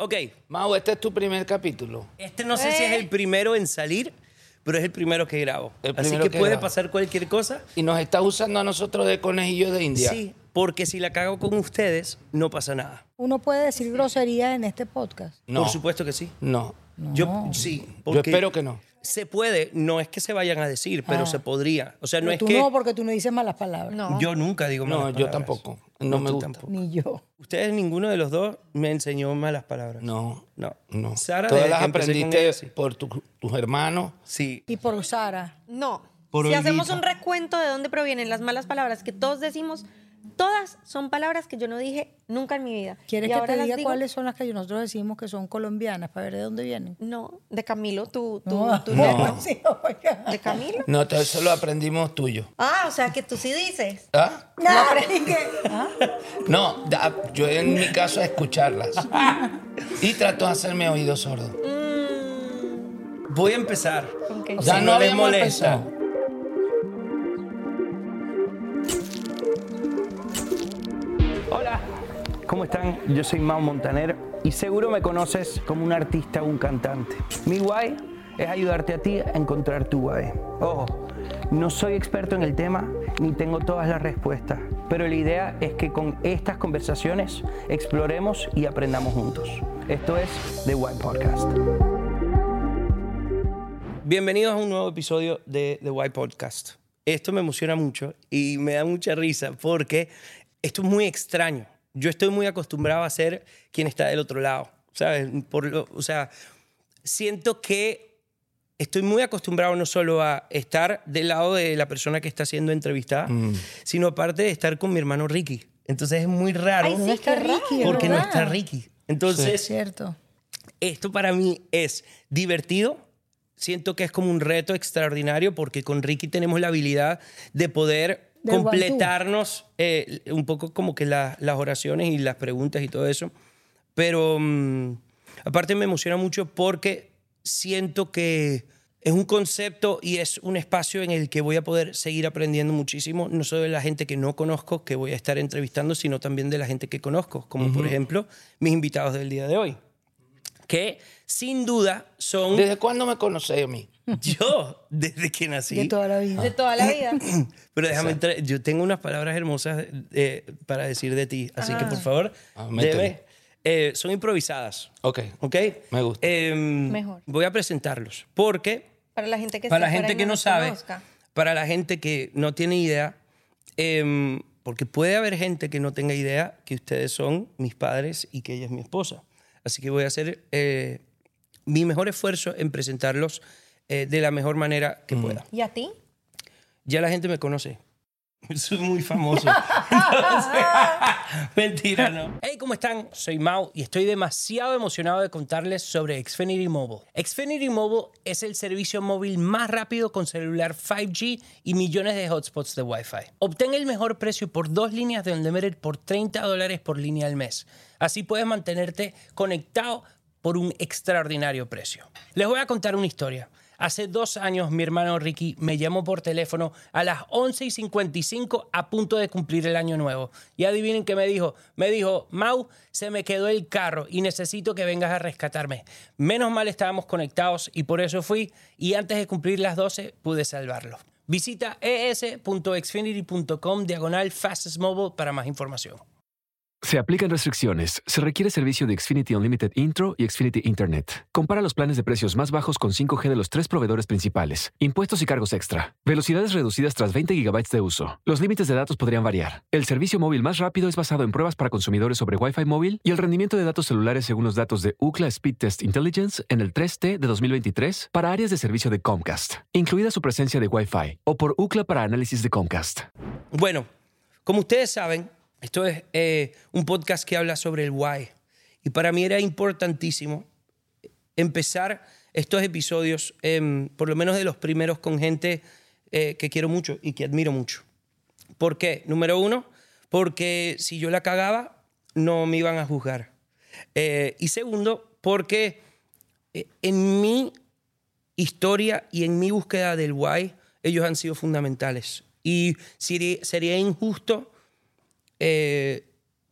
Ok. Mau, este es tu primer capítulo. Este no sé si es el primero en salir, pero es el primero que grabo. Así que puede pasar cualquier cosa. ¿Y nos estás usando a nosotros de conejillo de India? Sí, porque si la cago con ustedes, no pasa nada. ¿Uno puede decir groserías en este podcast? No. Por supuesto que sí. No. Yo sí. Yo espero que no. Se puede, no es que se vayan a decir, pero se podría. O sea, no Pero es tú que... no, porque tú no dices malas palabras. No. Yo nunca digo malas No, palabras. yo tampoco. No me tú gusta. tampoco. Ni yo. Ustedes, ninguno de los dos, me enseñó malas palabras. No. No. No. Sara, Todas desde las que empecé con aprendiste ella, sí. por tus hermanos. Sí. Y por Sara. No. Por Si Olguita. hacemos un recuento de dónde provienen las malas palabras que todos decimos, todas son palabras que yo no dije nunca en mi vida. ¿Quieres Y que ahora te las diga digo. cuáles son las que nosotros decimos que son colombianas para ver de dónde vienen? No, de Camilo, tú No. no. Sí, oiga. ¿De Camilo? No, todo eso lo aprendimos tuyo. Ah, o sea que tú sí dices. ¿Ah? No, aprendí que... ¿Ah? No, yo en mi caso a escucharlas. Y trato de hacerme oído sordo. Voy a empezar. Ok. O Ya sea, no no les habíamos molesta. empezado. Hola, ¿cómo están? Yo soy Mau Montaner y seguro me conoces como un artista o un cantante. Mi why es ayudarte a ti a encontrar tu why. Ojo, no soy experto en el tema ni tengo todas las respuestas, pero la idea es que con estas conversaciones exploremos y aprendamos juntos. Esto es The Why Podcast. Bienvenidos a un nuevo episodio de The Why Podcast. Esto me emociona mucho y me da mucha risa porque esto es muy extraño. Yo estoy muy acostumbrado a ser quien está del otro lado, ¿sabes? O sea, siento que estoy muy acostumbrado no solo a estar del lado de la persona que está siendo entrevistada, sino aparte de estar con mi hermano Ricky. Entonces es muy raro Ay, sí, No está qué raro. Ricky, porque no ¿verdad? está Ricky. Entonces, Es cierto. esto para mí es divertido. Siento que es como un reto extraordinario porque con Ricky tenemos la habilidad de poder Del one-two. completarnos un poco como que las oraciones y las preguntas y todo eso. Pero aparte me emociona mucho porque siento que es un concepto y es un espacio en el que voy a poder seguir aprendiendo muchísimo, no solo de la gente que no conozco, que voy a estar entrevistando, sino también de la gente que conozco, como por ejemplo mis invitados del día de hoy, que sin duda son... ¿Desde cuándo me conocéis a mí? Yo, desde que nací. De toda la vida. De toda la vida. Pero déjame entrar. Yo tengo unas palabras hermosas para decir de ti. Así que, por favor, métele. son improvisadas. Ok. ¿Ok? Me gusta. Mejor. Voy a presentarlos. Porque, Para la gente que para la está gente fuera y que no nos sabe, conozca. para la gente que no tiene idea, porque puede haber gente que no tenga idea que ustedes son mis padres y que ella es mi esposa. Así que voy a hacer mi mejor esfuerzo en presentarlos de la mejor manera que pueda. ¿Y a ti? Ya la gente me conoce. Soy muy famoso. Entonces, mentira, no. Hey, ¿cómo están? Soy Mau y estoy demasiado emocionado de contarles sobre Xfinity Mobile. Xfinity Mobile es el servicio móvil más rápido con celular 5G y millones de hotspots de Wi-Fi. Obtén el mejor precio por 2 líneas de Unlimited por $30 por línea al mes. Así puedes mantenerte conectado por un extraordinario precio. Les voy a contar una historia. Hace 2 años mi hermano Ricky me llamó por teléfono a las 11:55 a punto de cumplir el año nuevo. Y adivinen qué me dijo. Me dijo, Mau, se me quedó el carro y necesito que vengas a rescatarme. Menos mal estábamos conectados y por eso fui y antes de cumplir las 12 pude salvarlo. Visita es.xfinity.com/fastest mobile para más información. Se aplican restricciones. Se requiere servicio de Xfinity Unlimited Intro y Xfinity Internet. Compara los planes de precios más bajos con 5G de los 3 proveedores principales. Impuestos y cargos extra. Velocidades reducidas tras 20 GB de uso. Los límites de datos podrían variar. El servicio móvil más rápido es basado en pruebas para consumidores sobre Wi-Fi móvil y el rendimiento de datos celulares según los datos de Ookla Speed Test Intelligence en el 3T de 2023 para áreas de servicio de Comcast, incluida su presencia de Wi-Fi, o por Ookla para análisis de Comcast. Bueno, como ustedes saben, esto es un podcast que habla sobre el why. Y para mí era importantísimo empezar estos episodios, por lo menos de los primeros, con gente que quiero mucho y que admiro mucho. ¿Por qué? Número 1, porque si yo la cagaba, no me iban a juzgar. Y segundo, porque en mi historia y en mi búsqueda del why, ellos han sido fundamentales. Y sería injusto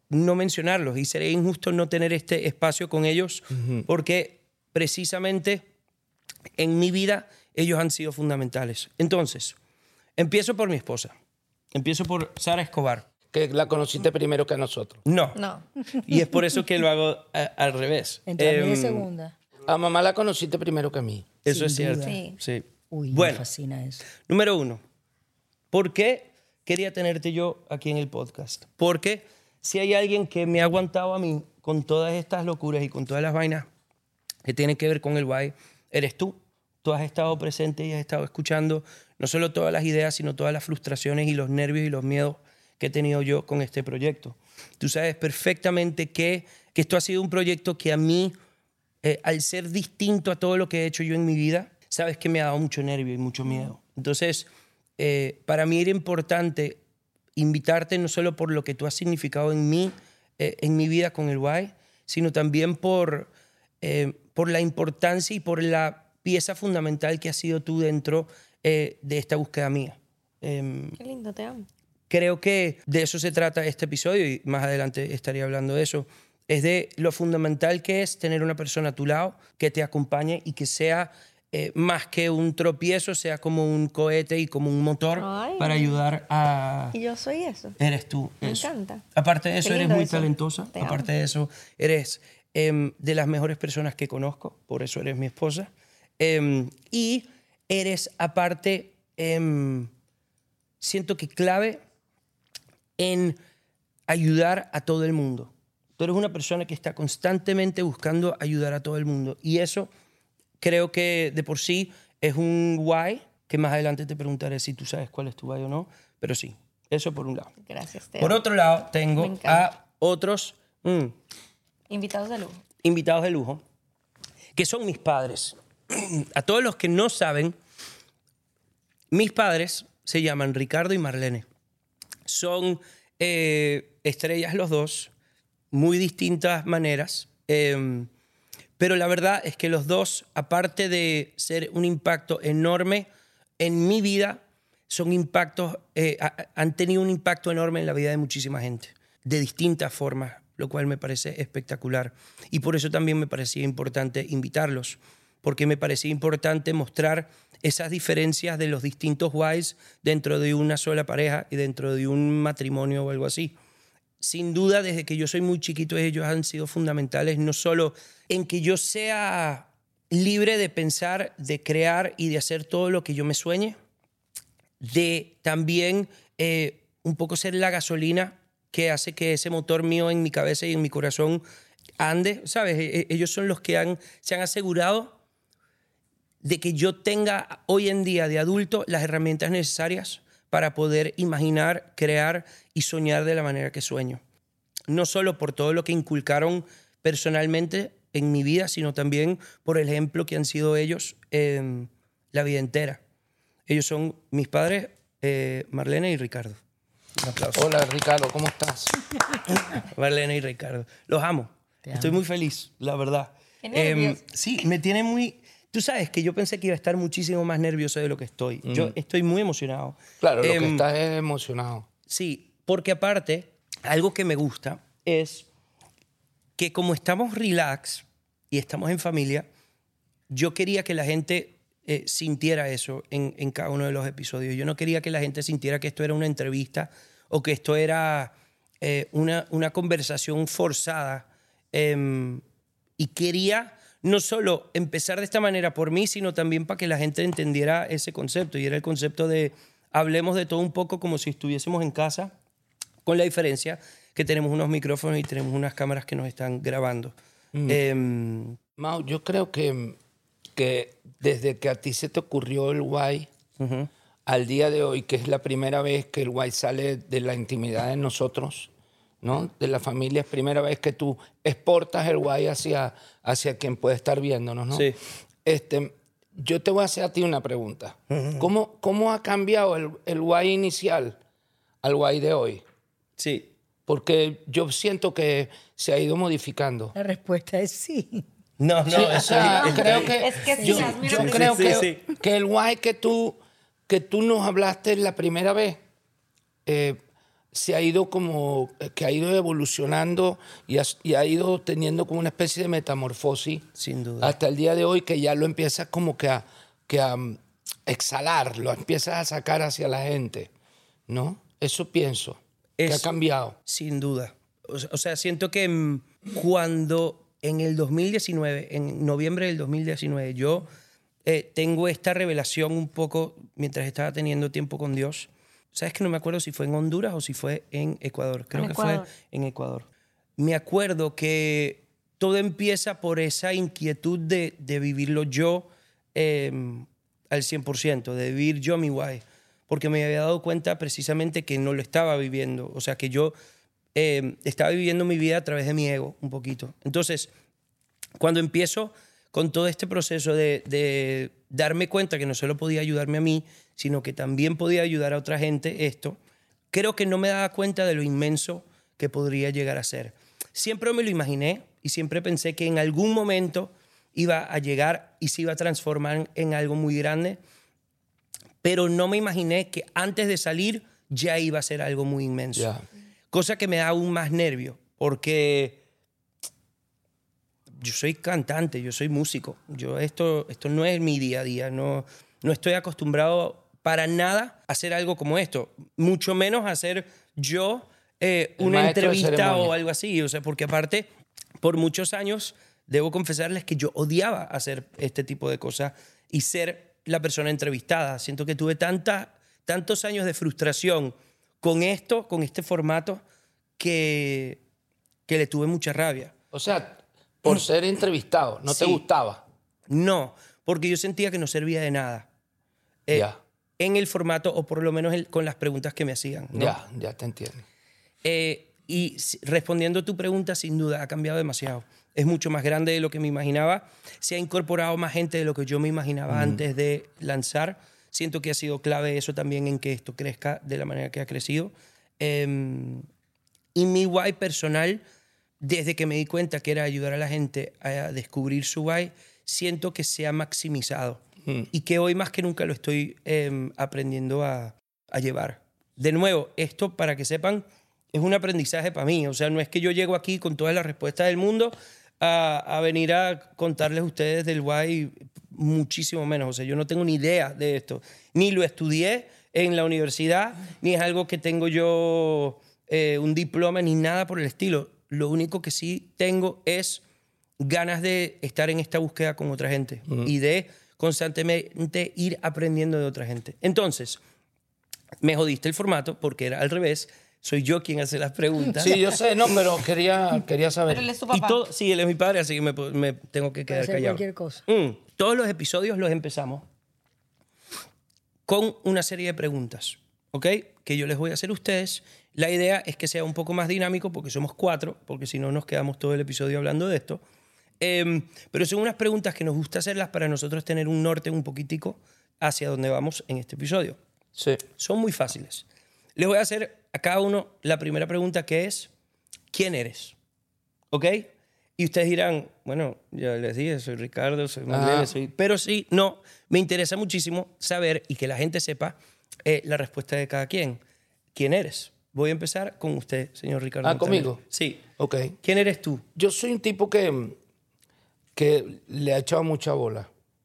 no mencionarlos y sería injusto no tener este espacio con ellos porque precisamente en mi vida ellos han sido fundamentales. Entonces, empiezo por mi esposa. Empiezo por Sara Escobar. Que la conociste primero que a nosotros. No. No. Y es por eso que lo hago al revés. Entre mí de segunda. A mamá la conociste primero que a mí. Eso Sin es cierto. duda. Sí. Sí. Uy, Bueno, me fascina eso. número 1. ¿Por qué quería tenerte yo aquí en el podcast? Porque si hay alguien que me ha aguantado a mí con todas estas locuras y con todas las vainas que tienen que ver con el guay, eres tú. Tú has estado presente y has estado escuchando no solo todas las ideas, sino todas las frustraciones y los nervios y los miedos que he tenido yo con este proyecto. Tú sabes perfectamente que esto ha sido un proyecto que a mí, al ser distinto a todo lo que he hecho yo en mi vida, sabes que me ha dado mucho nervio y mucho miedo. Entonces, para mí era importante invitarte no solo por lo que tú has significado en mi vida con el guay, sino también por la importancia y por la pieza fundamental que has sido tú dentro de esta búsqueda mía. Qué lindo, te amo. Creo que de eso se trata este episodio y más adelante estaría hablando de eso. Es de lo fundamental que es tener una persona a tu lado que te acompañe y que sea más que un tropiezo, sea como un cohete y como un motor Ay. para ayudar a... Y yo soy eso. Eres tú. Me eso. encanta. Aparte de eso, Qué eres lindo muy eso. talentosa. Te amo. Aparte de eso, eres de las mejores personas que conozco. Por eso eres mi esposa. Y eres, aparte, siento que clave en ayudar a todo el mundo. Tú eres una persona que está constantemente buscando ayudar a todo el mundo. Y eso creo que de por sí es un why, que más adelante te preguntaré si tú sabes cuál es tu why o no. Pero sí, eso por un lado. Gracias, te Por amo. otro lado, Me tengo encanta. a otros Invitados de lujo. invitados de lujo, que son mis padres. A todos los que no saben, mis padres se llaman Ricardo y Marlene. Son estrellas los dos, muy distintas maneras, pero la verdad es que los dos, aparte de ser un impacto enorme en mi vida, son impactos, han tenido un impacto enorme en la vida de muchísima gente, de distintas formas, lo cual me parece espectacular. Y por eso también me parecía importante invitarlos, porque me parecía importante mostrar esas diferencias de los distintos whys dentro de una sola pareja y dentro de un matrimonio o algo así. Sin duda, desde que yo soy muy chiquito, ellos han sido fundamentales, no solo en que yo sea libre de pensar, de crear y de hacer todo lo que yo me sueñe, de también un poco ser la gasolina que hace que ese motor mío en mi cabeza y en mi corazón ande, ¿sabes? Ellos son los que se han asegurado de que yo tenga hoy en día de adulto las herramientas necesarias para poder imaginar, crear y soñar de la manera que sueño. No solo por todo lo que inculcaron personalmente en mi vida, sino también por el ejemplo que han sido ellos la vida entera. Ellos son mis padres, Marlene y Ricardo. Un aplauso. Hola, Ricardo, ¿cómo estás? Marlene y Ricardo. Los amo. Estoy muy feliz, la verdad. Qué nervios. Sí, me tiene muy... Tú sabes que yo pensé que iba a estar muchísimo más nervioso de lo que estoy. Yo estoy muy emocionado. Claro, lo que estás es emocionado. Sí, porque aparte, algo que me gusta es que como estamos relax y estamos en familia, yo quería que la gente sintiera eso en cada uno de los episodios. Yo no quería que la gente sintiera que esto era una entrevista o que esto era una conversación forzada. Y quería no solo empezar de esta manera por mí, sino también para que la gente entendiera ese concepto. Y era el concepto de hablemos de todo un poco como si estuviésemos en casa, con la diferencia que tenemos unos micrófonos y tenemos unas cámaras que nos están grabando. Mau, yo creo que desde que a ti se te ocurrió el guay, al día de hoy, que es la primera vez que el guay sale de la intimidad de nosotros, ¿no? De la familia, es primera vez que tú exportas el guay hacia quien puede estar viéndonos, ¿no? Sí. Yo te voy a hacer a ti una pregunta. ¿Cómo ha cambiado el guay inicial al guay de hoy? Sí. Porque yo siento que se ha ido modificando. La respuesta es sí. No, Sí, o sea, creo que Es que sí, yo hazme yo una creo pregunta. que, Sí. que el guay que tú nos hablaste la primera vez se ha ido que ha ido evolucionando y ha ido teniendo como una especie de metamorfosis. Sin duda. Hasta el día de hoy, que ya lo empiezas como que a exhalar, lo empiezas a sacar hacia la gente, ¿no? Eso pienso, que ha cambiado. Sin duda. O sea, siento que cuando en el 2019, en noviembre del 2019, yo tengo esta revelación un poco mientras estaba teniendo tiempo con Dios. ¿Sabes que no me acuerdo si fue en Honduras o si fue en Ecuador? Creo que fue en Ecuador. Me acuerdo que todo empieza por esa inquietud de vivirlo yo al 100%, de vivir yo mi why. Porque me había dado cuenta precisamente que no lo estaba viviendo. O sea, que yo estaba viviendo mi vida a través de mi ego un poquito. Entonces, cuando empiezo con todo este proceso de darme cuenta que no solo podía ayudarme a mí, sino que también podía ayudar a otra gente, creo que no me daba cuenta de lo inmenso que podría llegar a ser. Siempre me lo imaginé y siempre pensé que en algún momento iba a llegar y se iba a transformar en algo muy grande, pero no me imaginé que antes de salir ya iba a ser algo muy inmenso. Yeah. Cosa que me da aún más nervio, porque yo soy cantante, yo soy músico. Esto no es mi día a día. No estoy acostumbrado para nada a hacer algo como esto. Mucho menos a hacer yo una entrevista o algo así. O sea, porque aparte, por muchos años, debo confesarles que yo odiaba hacer este tipo de cosas y ser la persona entrevistada. Siento que tuve tantos años de frustración con este formato, que le tuve mucha rabia. O sea, por ser entrevistado, ¿no te gustaba? No, porque yo sentía que no servía de nada. En el formato, o por lo menos con las preguntas que me hacían, ¿no? Ya te entiendo. Y respondiendo a tu pregunta, sin duda, ha cambiado demasiado. Es mucho más grande de lo que me imaginaba. Se ha incorporado más gente de lo que yo me imaginaba antes de lanzar. Siento que ha sido clave eso también en que esto crezca de la manera que ha crecido. Y mi why personal, desde que me di cuenta que era ayudar a la gente a descubrir su why, siento que se ha maximizado. Y que hoy más que nunca lo estoy aprendiendo a llevar. De nuevo, esto, para que sepan, es un aprendizaje para mí. O sea, no es que yo llego aquí con todas las respuestas del mundo a venir a contarles a ustedes del why, muchísimo menos. O sea, yo no tengo ni idea de esto. Ni lo estudié en la universidad, ni es algo que tengo yo un diploma, ni nada por el estilo. Lo único que sí tengo es ganas de estar en esta búsqueda con otra gente y de constantemente ir aprendiendo de otra gente. Entonces, me jodiste el formato porque era al revés. Soy yo quien hace las preguntas. Sí, yo sé, no, pero quería saber. Pero él es tu papá. Sí, él es mi padre, así que me tengo que quedar Hacer callado. cualquier cosa. Todos los episodios los empezamos con una serie de preguntas, ¿ok? Que yo les voy a hacer a ustedes. La idea es que sea un poco más dinámico porque somos 4, porque si no nos quedamos todo el episodio hablando de esto. Pero son unas preguntas que nos gusta hacerlas para nosotros tener un norte un poquitico hacia donde vamos en este episodio. Sí. Son muy fáciles. Les voy a hacer a cada uno la primera pregunta, que es ¿quién eres? ¿Ok? Y ustedes dirán, bueno, ya les dije, soy Ricardo, soy Marlene, pero sí, no, me interesa muchísimo saber y que la gente sepa la respuesta de cada quien. ¿Quién eres? Voy a empezar con usted, señor Ricardo Montaner. ¿Conmigo? Sí. Ok. ¿Quién eres tú? Yo soy un tipo que le ha echado mucha bola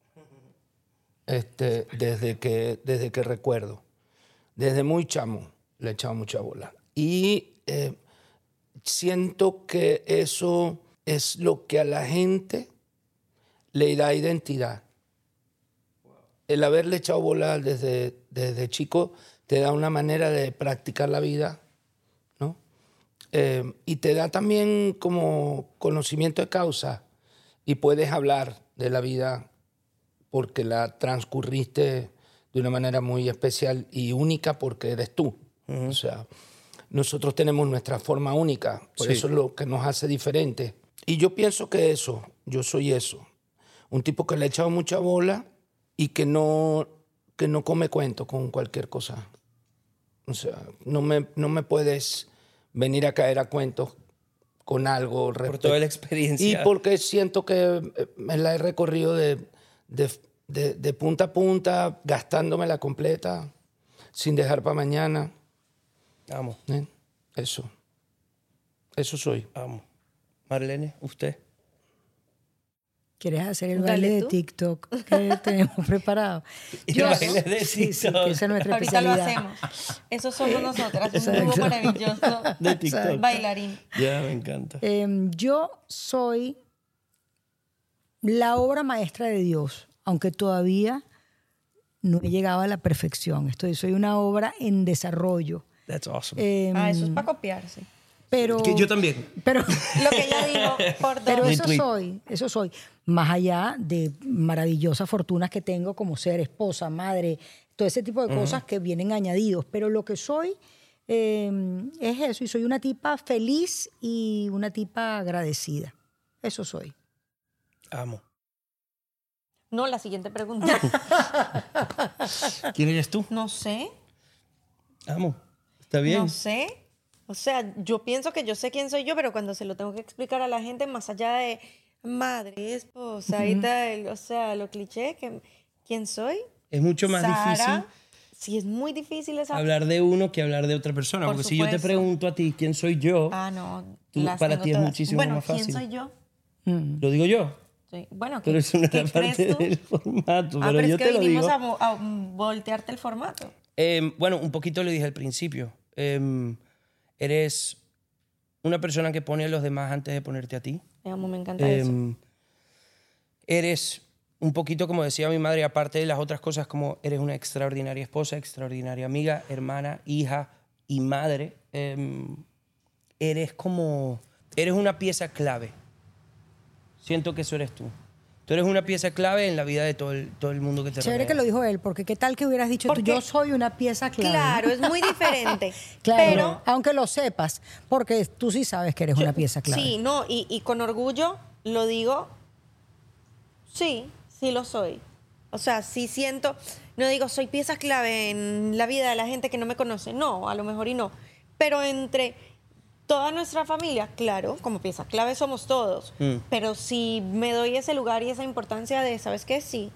desde que recuerdo. Desde muy chamo le he echado mucha bola. Y siento que eso es lo que a la gente le da identidad. El haberle echado bola desde chico te da una manera de practicar la vida, ¿no? Y te da también como conocimiento de causa y puedes hablar de la vida porque la transcurriste de una manera muy especial y única porque eres tú. O sea, nosotros tenemos nuestra forma única, por eso es lo que nos hace diferentes. Y yo pienso que yo soy eso. Un tipo que le ha echado mucha bola y que no come cuento con cualquier cosa. O sea, no me puedes venir a caer a cuentos con algo. Por toda la experiencia. Y porque siento que me la he recorrido de punta a punta, gastándomela completa, sin dejar para mañana. Vamos. Eso soy. Amo. Marlene, ¿usted? ¿Quieres hacer el Dale baile de tú. TikTok que tenemos preparado? El baile de Sí, TikTok. que esa es nuestra Ahorita lo especialidad. hacemos. Eso somos nosotras, un Exacto. dúo maravilloso De TikTok. bailarín. Ya, me encanta. Yo soy la obra maestra de Dios, aunque todavía no he llegado a la perfección. Soy una obra en desarrollo. That's awesome. Eso es para copiarse. Pero, Que yo también. pero, Lo que ella dijo por pero dos. eso soy. Más allá de maravillosas fortunas que tengo como ser esposa, madre, todo ese tipo de cosas que vienen añadidos. Pero lo que soy es eso. Y soy una tipa feliz y una tipa agradecida. Eso soy. Amo. No, la siguiente pregunta. ¿Quién eres tú? No sé. Amo. ¿Está bien? No sé. O sea, yo pienso que yo sé quién soy yo, pero cuando se lo tengo que explicar a la gente, más allá de madre, esposa y tal, o sea, lo cliché, ¿quién soy? Es mucho más Sara. difícil Sí, es muy difícil esa... hablar de uno que hablar de otra persona. Por Porque si yo te supuesto. pregunto a ti quién soy yo, Ah, no. para tengo ti es todas. muchísimo bueno, más fácil. ¿quién soy yo? lo digo yo. Sí. Bueno, Pero eso no era ¿qué crees parte tú? del formato. Ah, pero pero yo es que te lo vinimos digo. a voltearte el formato. Bueno, un poquito lo dije al principio. Eres una persona que pone a los demás antes de ponerte a ti. Me amo, me encanta eso. Eres un poquito, como decía mi madre, aparte de las otras cosas, como eres una extraordinaria esposa, extraordinaria amiga, hermana, hija y madre. Eres una pieza clave. Siento que eso eres tú. Tú eres una pieza clave en la vida de todo el mundo que te Chévere rodea. que lo dijo él, porque qué tal que hubieras dicho tú, Porque- yo soy una pieza clave. Claro, es muy diferente. Claro, pero aunque lo sepas, porque tú sí sabes que eres una pieza clave. sí, no, y con orgullo lo digo, sí lo soy. O sea, sí siento, no digo soy pieza clave en la vida de la gente que no me conoce, no, a lo mejor y no. Pero entre toda nuestra familia, claro, como pieza clave somos todos. Pero si me doy ese lugar y esa importancia de, ¿sabes qué? Sí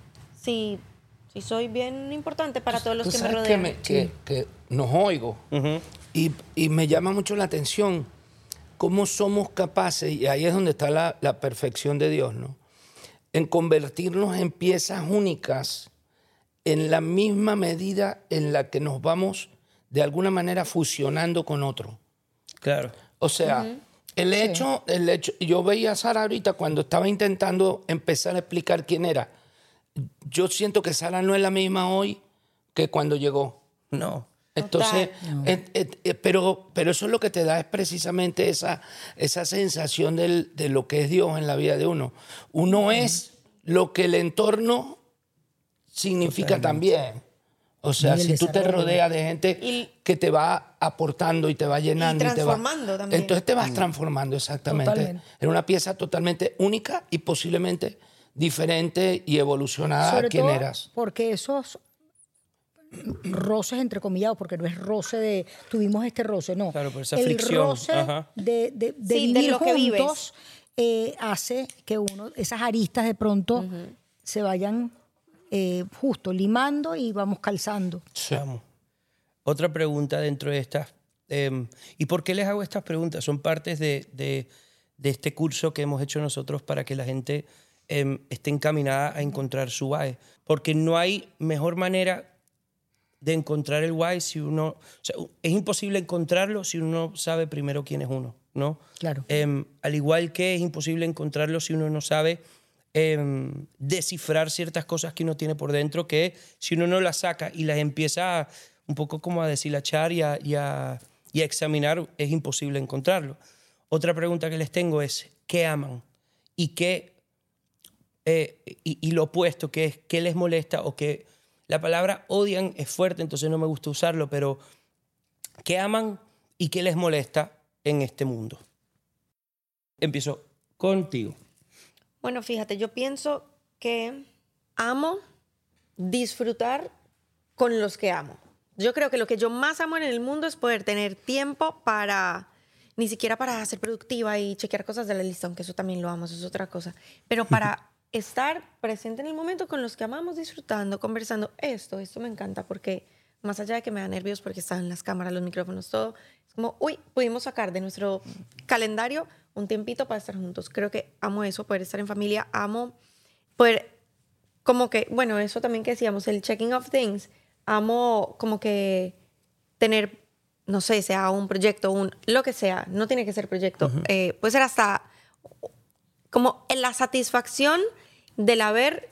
soy bien importante para todos los Tú que me sabes rodean. que nos oigo y me llama mucho la atención cómo somos capaces, y ahí es donde está la perfección de Dios, ¿no? En convertirnos en piezas únicas en la misma medida en la que nos vamos de alguna manera fusionando con otro. Claro. O sea, el hecho, yo veía a Sara ahorita cuando estaba intentando empezar a explicar quién era. Yo siento que Sara no es la misma hoy que cuando llegó. No. Entonces, pero eso es lo que te da es precisamente esa sensación de lo que es Dios en la vida de uno. Uno es lo que el entorno significa también. O sea, Y el si tú te desarrollo. rodeas de gente que te va aportando y te va llenando. Y te va- transformando también. Entonces te vas transformando exactamente. Totalmente. En una pieza totalmente única y posiblemente diferente y evolucionada Sobre a quien todo eras. porque esos roces entrecomillados, porque no es roce de tuvimos este roce, no. Claro, por esa el fricción, roce ajá. de Sí, de vivir lo que juntos hace que esas aristas de pronto se vayan justo limando y vamos calzando. Vamos. Otra pregunta dentro de estas. ¿Y por qué les hago estas preguntas? Son partes de este curso que hemos hecho nosotros para que la gente esté encaminada a encontrar su why. Porque no hay mejor manera de encontrar el why si uno... O sea, es imposible encontrarlo si uno sabe primero quién es uno, ¿no? Claro. Al igual que es imposible encontrarlo si uno no sabe descifrar ciertas cosas que uno tiene por dentro, que si uno no las saca y las empieza un poco como a deshilachar y a examinar, es imposible encontrarlo. Otra pregunta que les tengo es, ¿qué aman? ¿Y qué y lo opuesto, que es qué les molesta o qué... La palabra odian es fuerte, entonces no me gusta usarlo, pero ¿qué aman y qué les molesta en este mundo? Empiezo contigo. Bueno, fíjate, yo pienso que amo disfrutar con los que amo. Yo creo que lo que yo más amo en el mundo es poder tener tiempo para, ni siquiera para ser productiva y chequear cosas de la lista, aunque eso también lo amo, eso es otra cosa, pero para estar presente en el momento con los que amamos, disfrutando, conversando. Esto me encanta porque más allá de que me da nervios porque están las cámaras, los micrófonos, todo, Es como, uy, pudimos sacar de nuestro calendario un tiempito para estar juntos. Creo que amo eso, poder estar en familia. Amo poder, como que, bueno, eso también que decíamos, el checking of things. Amo como que tener, no sé, sea un proyecto, lo que sea. No tiene que ser proyecto. Puede ser hasta como en la satisfacción del haber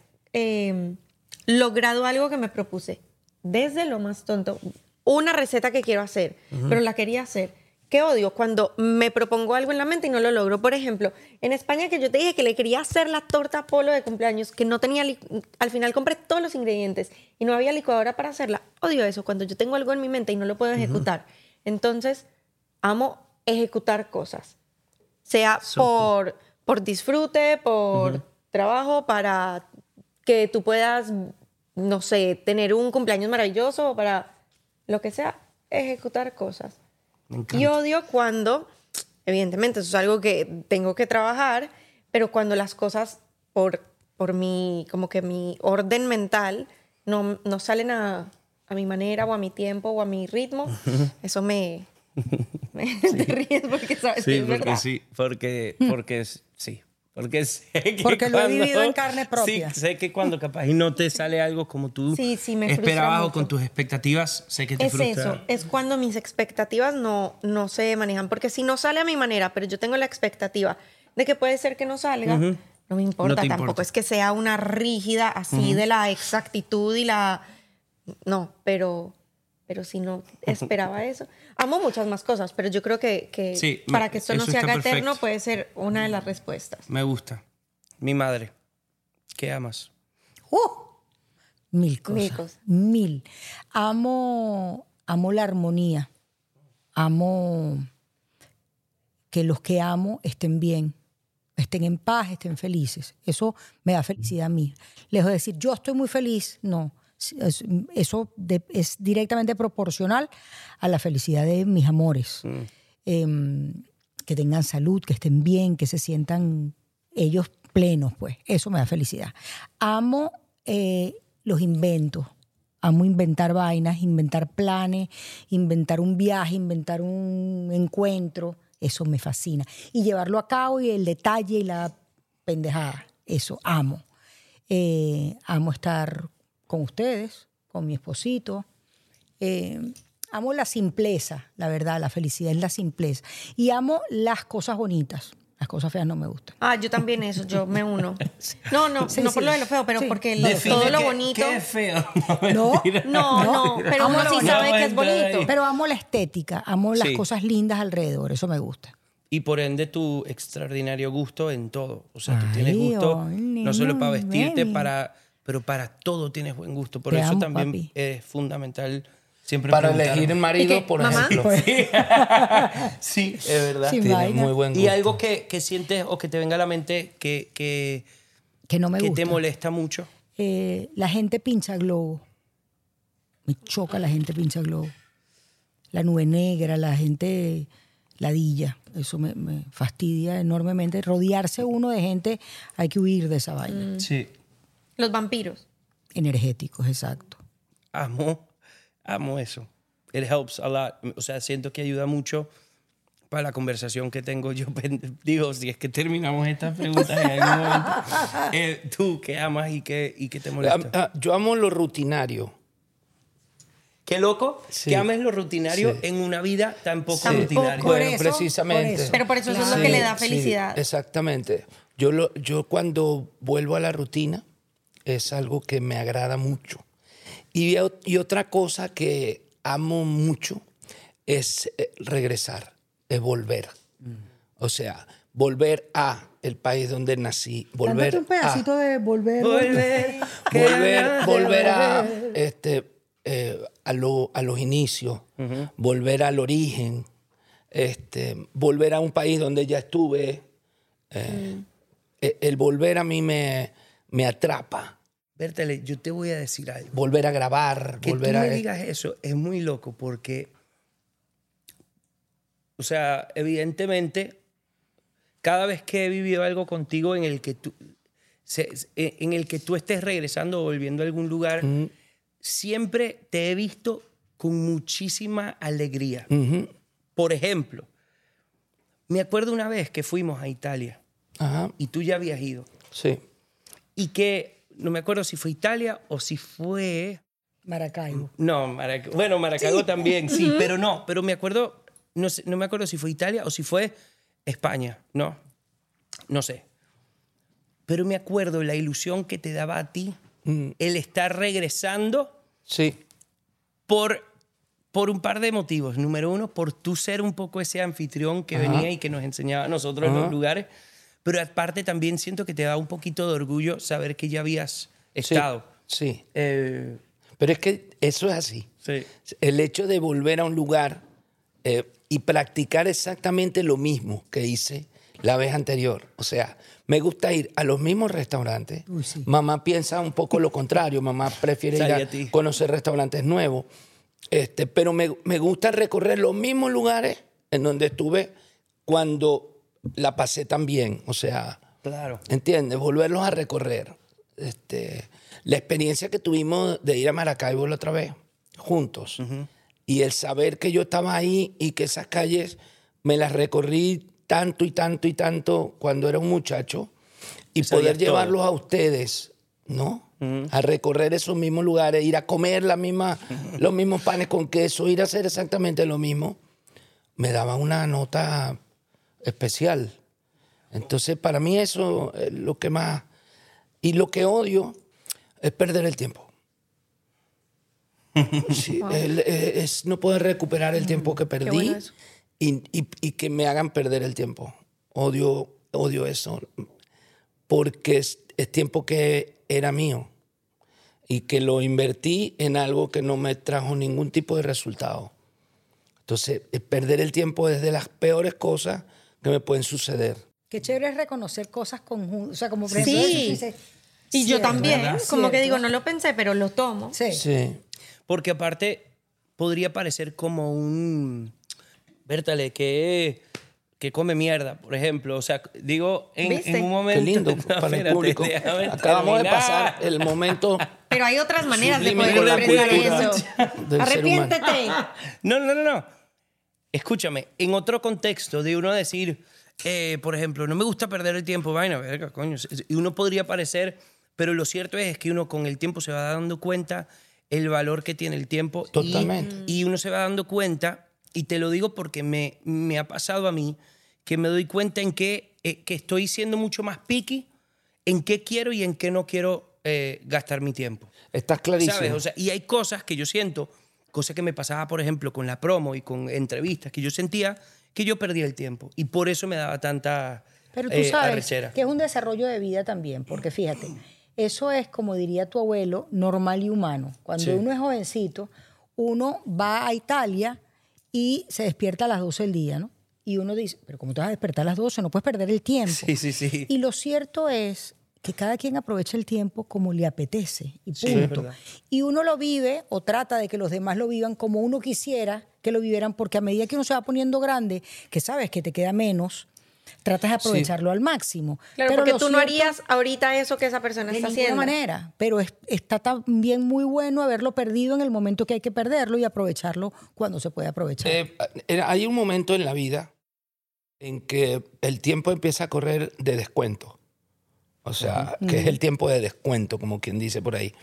logrado algo que me propuse. Desde lo más tonto. Una receta que quiero hacer, pero la quería hacer. ¿Qué odio? Cuando me propongo algo en la mente y no lo logro. Por ejemplo, en España, que yo te dije que le quería hacer la torta Polo de cumpleaños, que no tenía... Al final compré todos los ingredientes y no había licuadora para hacerla. Odio eso, cuando yo tengo algo en mi mente y no lo puedo ejecutar. Entonces, amo ejecutar cosas. Sea por disfrute, por trabajo, para que tú puedas, no sé, tener un cumpleaños maravilloso, o para lo que sea, ejecutar cosas. Y odio cuando, evidentemente, eso es algo que tengo que trabajar, pero cuando las cosas por mi, como que mi orden mental no salen a mi manera o a mi tiempo o a mi ritmo, eso me te ríes porque sabes que es verdad. Sí, porque sí. Porque sé que Porque lo he vivido en carne propia. Sí, sé que cuando capaz y no te sale algo como tú Sí, me frustra esperabas o mucho. con tus expectativas, sé que te frustra. Es eso, es cuando mis expectativas no se manejan. Porque si no sale a mi manera, pero yo tengo la expectativa de que puede ser que no salga, no me importa No te tampoco. importa. Es que sea una rígida así de la exactitud y la... No, pero si no esperaba eso. Amo muchas más cosas, pero yo creo que Sí, para que esto no eso se está haga eterno perfecto. puede ser una de las respuestas. Me gusta. Mi madre. ¿Qué amas? Mil cosas. Mil cosas. Mil. Amo la armonía. Amo que los que amo estén bien, estén en paz, estén felices. Eso me da felicidad a mí. Lejos de decir, yo estoy muy feliz, no. Eso es directamente proporcional a la felicidad de mis amores. Que tengan salud, que estén bien, que se sientan ellos plenos, pues. Eso me da felicidad. Amo los inventos. Amo inventar vainas, inventar planes, inventar un viaje, inventar un encuentro. Eso me fascina. Y llevarlo a cabo y el detalle y la pendejada. Eso amo. Amo estar con ustedes, con mi esposito. Amo la simpleza, la verdad, la felicidad es la simpleza. Y amo las cosas bonitas. Las cosas feas no me gustan. Yo también eso, yo me uno. No Sí, por sí. lo de lo feo, pero Sí. porque Define todo lo qué- bonito... ¿Qué es feo? No, mentira. No, pero Amo uno lo sí bonito. sabe No, que es entra ahí. bonito. Pero amo la estética, amo las Sí. cosas lindas alrededor, eso me gusta. Y por ende tu extraordinario gusto en todo. O sea, tú tienes Ay, gusto ay, no solo para vestirte, baby. pero para todo tienes buen gusto. Por Te eso amo, también papi. es fundamental siempre Para preguntar. elegir el ¿Y marido, qué? por ¿Mamá? ejemplo. Sí, es verdad. Sí, Tiene vaina. muy buen gusto. Y algo que sientes o que te venga a la mente que Que no me te gusta. molesta mucho. La gente pincha globo. Me choca la gente pincha globo. La nube negra, la gente ladilla. Eso me fastidia enormemente. Rodearse uno de gente, hay que huir de esa vaina. Sí. Los vampiros. Energéticos, exacto. Amo eso. It helps a lot. O sea, siento que ayuda mucho para la conversación que tengo yo. Digo, si es que terminamos estas preguntas en algún momento. ¿Tú qué amas y qué te molesta? Yo amo lo rutinario. Qué loco Sí. que ames lo rutinario Sí. en una vida tan poco Tampoco. rutinaria. Por Bueno, eso, precisamente. por eso. Pero por eso eso es lo Claro. que le da Sí, felicidad. exactamente. Yo cuando vuelvo a la rutina es algo que me agrada mucho. Y otra cosa que amo mucho es regresar, es volver. O sea, volver a el país donde nací, volver Cántate un pedacito de volver. volver a los inicios, volver al origen, volver a un país donde ya estuve. El volver a mí me atrapa. Bertale, yo te voy a decir algo. Volver a grabar, Que volver tú a... me digas eso es muy loco porque, o sea, evidentemente, cada vez que he vivido algo contigo en el que tú estés regresando o volviendo a algún lugar, siempre te he visto con muchísima alegría. Por ejemplo, me acuerdo una vez que fuimos a Italia Ajá. y tú ya habías ido. Sí. Y que no me acuerdo si fue Italia o si fue... Maracaibo. No, bueno, Maracaibo también, sí, pero me acuerdo, no me acuerdo si fue Italia o si fue España, no sé. Pero me acuerdo la ilusión que te daba a ti el estar regresando Sí. por un par de motivos. Número uno, por tú ser un poco ese anfitrión que venía y que nos enseñaba a nosotros los lugares, pero aparte también siento que te da un poquito de orgullo saber que ya habías estado. Sí. Eh, Pero es que eso es así. sí. El hecho de volver a un lugar y practicar exactamente lo mismo que hice la vez anterior. O sea, me gusta ir a los mismos restaurantes. Uy, sí. Mamá piensa un poco lo contrario. Mamá prefiere ir Sabía a ti. conocer restaurantes nuevos. Pero me gusta recorrer los mismos lugares en donde estuve cuando la pasé tan bien. O sea, Claro. ¿entiendes? Volverlos a recorrer. La experiencia que tuvimos de ir a Maracaibo la otra vez, juntos, y el saber que yo estaba ahí y que esas calles me las recorrí tanto y tanto y tanto cuando era un muchacho, y Sabías poder todo. llevarlos a ustedes, ¿no? A recorrer esos mismos lugares, ir a comer los mismos panes con queso, ir a hacer exactamente lo mismo, me daba una nota especial. Entonces, para mí eso es lo que más... Y lo que odio es perder el tiempo. Sí, es no poder recuperar el tiempo que perdí bueno eso. y que me hagan perder el tiempo. Odio eso. Porque es tiempo que era mío y que lo invertí en algo que no me trajo ningún tipo de resultado. Entonces, perder el tiempo es de las peores cosas que me pueden suceder. Qué chévere es reconocer cosas conjuntas. O sea, como por ejemplo, Sí. eso, tú dices, Y yo cierto, también, ¿verdad? como que Cierto. digo, no lo pensé, pero lo tomo. Sí. Sí. Porque aparte podría parecer como un... Bertale, que come mierda, por ejemplo. O sea, digo, ¿Viste? en un momento... Qué lindo No, para el espérate, público. déjame Acabamos de terminar. pasar el momento Pero hay otras maneras de sublime poder con la expresar cultura eso. del ser humano. Arrepiéntete. No. Escúchame, en otro contexto de uno decir, por ejemplo, no me gusta perder el tiempo, vaina, verga, coño. Y uno podría parecer, pero lo cierto es que uno con el tiempo se va dando cuenta el valor que tiene el tiempo. Totalmente. Y uno se va dando cuenta, y te lo digo porque me ha pasado a mí, que me doy cuenta en que estoy siendo mucho más picky en qué quiero y en qué no quiero gastar mi tiempo. Estás clarísimo. ¿Sabes? O sea, y hay cosas que yo siento, cosas que me pasaba, por ejemplo, con la promo y con entrevistas, que yo sentía que yo perdía el tiempo. Y por eso me daba tanta Pero tú sabes arrechera. que es un desarrollo de vida también, porque fíjate, eso es, como diría tu abuelo, normal y humano. Cuando Sí. uno es jovencito, uno va a Italia y se despierta a las 12 del día, ¿no? Y uno dice, pero ¿cómo te vas a despertar a las 12? No puedes perder el tiempo. Sí. Y lo cierto es que cada quien aprovecha el tiempo como le apetece y Sí, es punto. verdad. Y uno lo vive o trata de que los demás lo vivan como uno quisiera que lo vivieran, porque a medida que uno se va poniendo grande, que sabes que te queda menos, tratas de aprovecharlo al máximo. Claro, Pero porque lo tú no cierto- harías ahorita eso que esa persona de está ninguna haciendo. manera, pero está también muy bueno haberlo perdido en el momento que hay que perderlo y aprovecharlo cuando se puede aprovechar. Hay un momento en la vida en que el tiempo empieza a correr de descuento. O sea, que es el tiempo de descuento, como quien dice por ahí.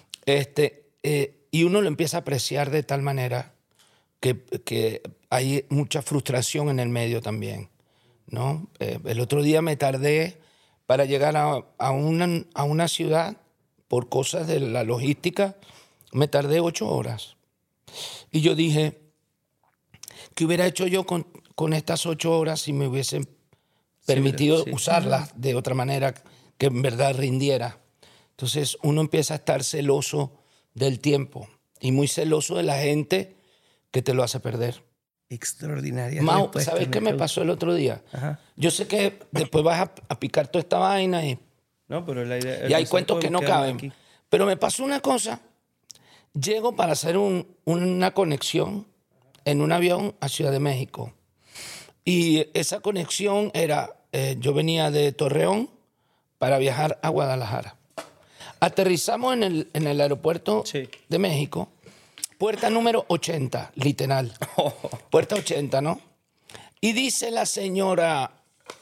Y uno lo empieza a apreciar de tal manera que hay mucha frustración en el medio también, ¿no? El otro día me tardé para llegar a una ciudad por cosas de la logística, me tardé 8 horas. Y yo dije, ¿qué hubiera hecho yo con estas 8 horas si me hubiesen permitido sí. usarlas de otra manera que en verdad rindiera? Entonces uno empieza a estar celoso del tiempo y muy celoso de la gente que te lo hace perder. Extraordinaria. Mau, respuesta, ¿sabes qué me pasó el otro día? Ajá. Yo sé que después vas a picar toda esta vaina y No, pero la idea... hay nosotros cuentos que no podemos quedarnos caben. aquí. Pero me pasó una cosa. Llego para hacer una conexión en un avión a Ciudad de México. Y esa conexión era, yo venía de Torreón para viajar a Guadalajara. Aterrizamos en el aeropuerto Sí. de México puerta número 80, literal. Puerta 80, ¿no? Y dice la señora,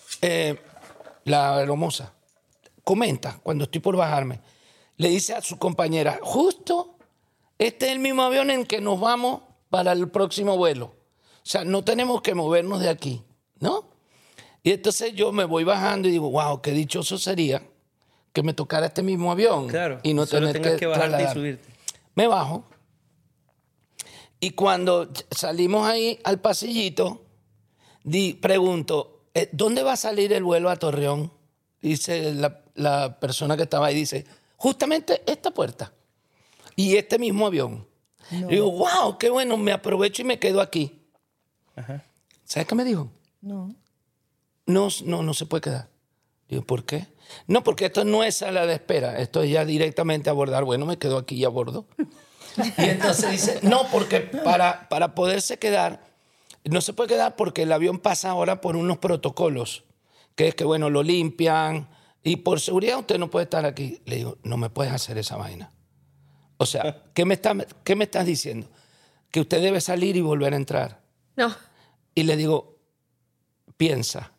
la hermosa, comenta cuando estoy por bajarme, le dice a su compañera, justo este es el mismo avión en que nos vamos para el próximo vuelo. O sea, no tenemos que movernos de aquí, ¿no? Y entonces yo me voy bajando y digo, wow, qué dichoso sería que me tocara este mismo avión. Claro, y no solo tener tengas que bajarte y trasladar. subirte. Me bajo y cuando salimos ahí al pasillito, pregunto, ¿dónde va a salir el vuelo a Torreón? Dice la persona que estaba ahí, dice, justamente esta puerta y este mismo avión. No. Digo, wow, qué bueno, me aprovecho y me quedo aquí. Ajá. ¿Sabes qué me dijo? No. No se puede quedar. Digo, ¿por qué? No, porque esto no es sala de espera, esto es ya directamente abordar. Bueno, me quedo aquí y abordo. Y entonces dice, no, porque para poderse quedar, no se puede quedar porque el avión pasa ahora por unos protocolos, que es que, bueno, lo limpian y por seguridad usted no puede estar aquí. Le digo, no me puedes hacer esa vaina. O sea, ¿qué me estás diciendo? Que usted debe salir y volver a entrar. No. Y le digo, piensa.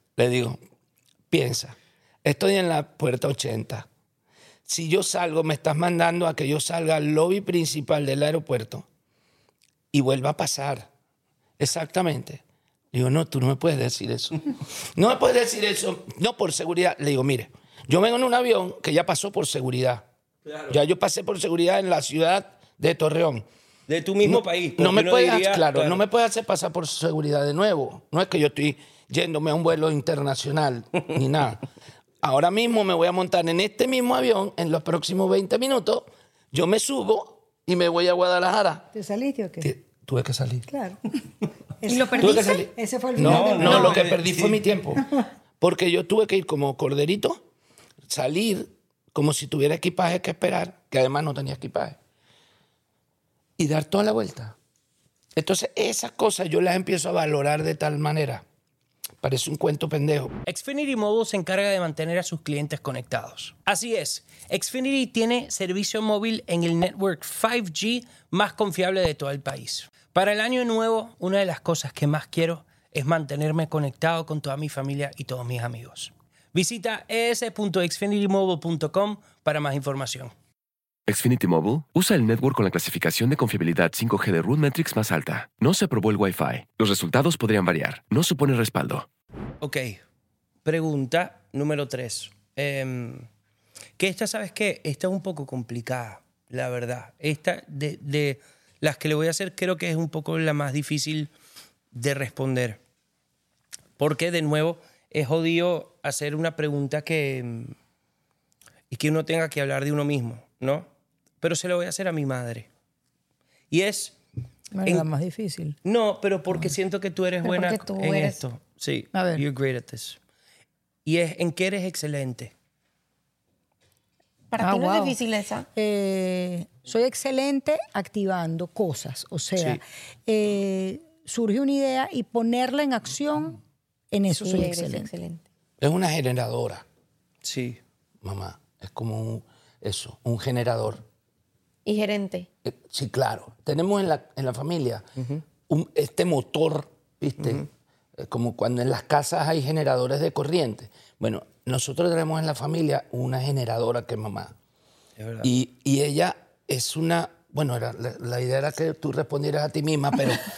Estoy en la puerta 80. Si yo salgo, me estás mandando a que yo salga al lobby principal del aeropuerto y vuelva a pasar. Exactamente. Le digo, no, tú no me puedes decir eso. No me puedes decir eso. No, por seguridad. Le digo, mire, yo vengo en un avión que ya pasó por seguridad. Claro. Ya yo pasé por seguridad en la ciudad de Torreón. De tu mismo país. No me puedes, diría, no me puedes hacer pasar por seguridad de nuevo. No es que yo estoy yéndome a un vuelo internacional ni nada. Ahora mismo me voy a montar en este mismo avión en los próximos 20 minutos. Yo me subo y me voy a Guadalajara. ¿Te saliste o qué? Tuve que salir. Claro. ¿Y lo Tuve que perdiste? salir. Ese fue el final del No, vuelo. lo que perdí fue mi tiempo. Porque yo tuve que ir como corderito, salir como si tuviera equipaje que esperar, que además no tenía equipaje, y dar toda la vuelta. Entonces, esas cosas yo las empiezo a valorar de tal manera. Parece un cuento pendejo. Xfinity Mobile se encarga de mantener a sus clientes conectados. Así es, Xfinity tiene servicio móvil en el network 5G más confiable de todo el país. Para el año nuevo, una de las cosas que más quiero es mantenerme conectado con toda mi familia y todos mis amigos. Visita es.xfinitymobile.com para más información. Xfinity Mobile usa el network con la clasificación de confiabilidad 5G de RootMetrics más alta. No se aprobó el Wi-Fi. Los resultados podrían variar. No supone respaldo. Ok, pregunta número 3. Que esta, ¿sabes qué? Esta es un poco complicada, la verdad. Esta, de las que le voy a hacer, creo que es un poco la más difícil de responder. Porque, de nuevo, es jodido hacer una pregunta y que uno tenga que hablar de uno mismo, ¿no? Pero se lo voy a hacer a mi madre. Y es... Bueno, la más difícil. No, pero porque siento que tú eres Pero buena porque tú en eres- esto. Sí, A ver. you're great at this. Y es en qué eres excelente. Para ti no wow. es difícil esa. Soy excelente activando cosas. O sea, surge una idea y ponerla en acción, en eso Sí, soy eres excelente. Es una generadora, Sí. mamá. Es como un generador. Y gerente. Sí, claro. Tenemos en la familia este motor, ¿viste? Como cuando en las casas hay generadores de corriente. Bueno, nosotros tenemos en la familia una generadora que es mamá. Es verdad. Y ella es una... Bueno, la idea era que tú respondieras a ti misma,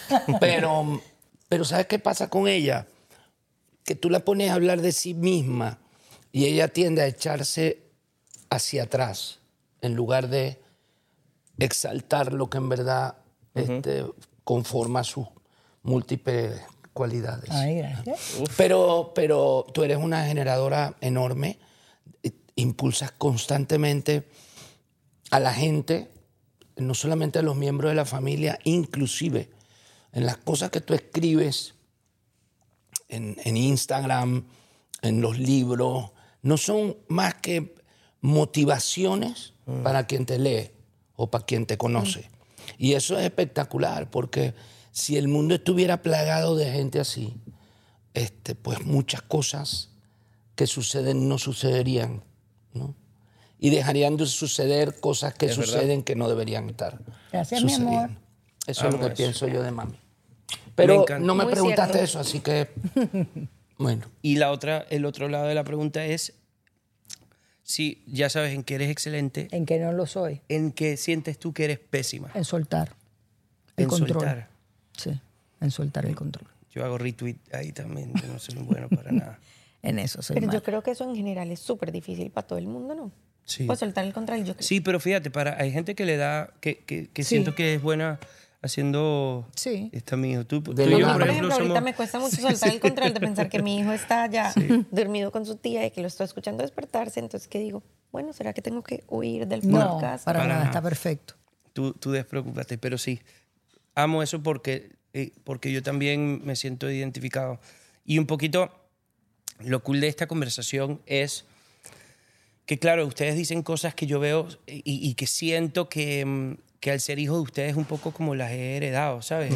pero ¿sabes qué pasa con ella? Que tú la pones a hablar de sí misma y ella tiende a echarse hacia atrás en lugar de exaltar lo que en verdad conforma sus múltiples cualidades. Ay, gracias. Pero tú eres una generadora enorme, impulsas constantemente a la gente, no solamente a los miembros de la familia, inclusive en las cosas que tú escribes en Instagram, en los libros, no son más que motivaciones para quien te lee o para quien te conoce. Y eso es espectacular, porque si el mundo estuviera plagado de gente así, pues muchas cosas que suceden no sucederían, ¿no? Y dejarían de suceder cosas que Es suceden verdad. que no deberían estar Gracias, mi sucediendo. amor. Eso es lo Amo que eso. pienso yo de mami. Pero encanta. no me Muy preguntaste cierto. eso, así que... Bueno. Y el otro lado de la pregunta es, si ya sabes en qué eres excelente, En que no lo soy. ¿en qué sientes tú que eres pésima? En soltar el En control. soltar. Sí, en soltar el control. Yo hago retweet ahí también, yo no soy muy bueno para nada. En eso soy Pero mala. yo creo que eso en general es súper difícil para todo el mundo, ¿no? Sí. Pues soltar el control. Yo creo. Sí, pero fíjate, hay gente que le da, que siento que es buena haciendo... Sí. Está mi hijo. Tú De y la yo, mano. por Por ejemplo, ejemplo, ahorita somos... me cuesta mucho soltar el control de pensar que mi hijo está ya dormido con su tía y que lo estoy escuchando despertarse. Entonces, ¿qué digo? Bueno, ¿será que tengo que huir del No, podcast? para Para nada, nada. está perfecto. Tú despreocúpate, pero sí, amo eso porque yo también me siento identificado. Y un poquito lo cool de esta conversación es que, claro, ustedes dicen cosas que yo veo y que siento que al ser hijo de ustedes un poco como las he heredado, ¿sabes?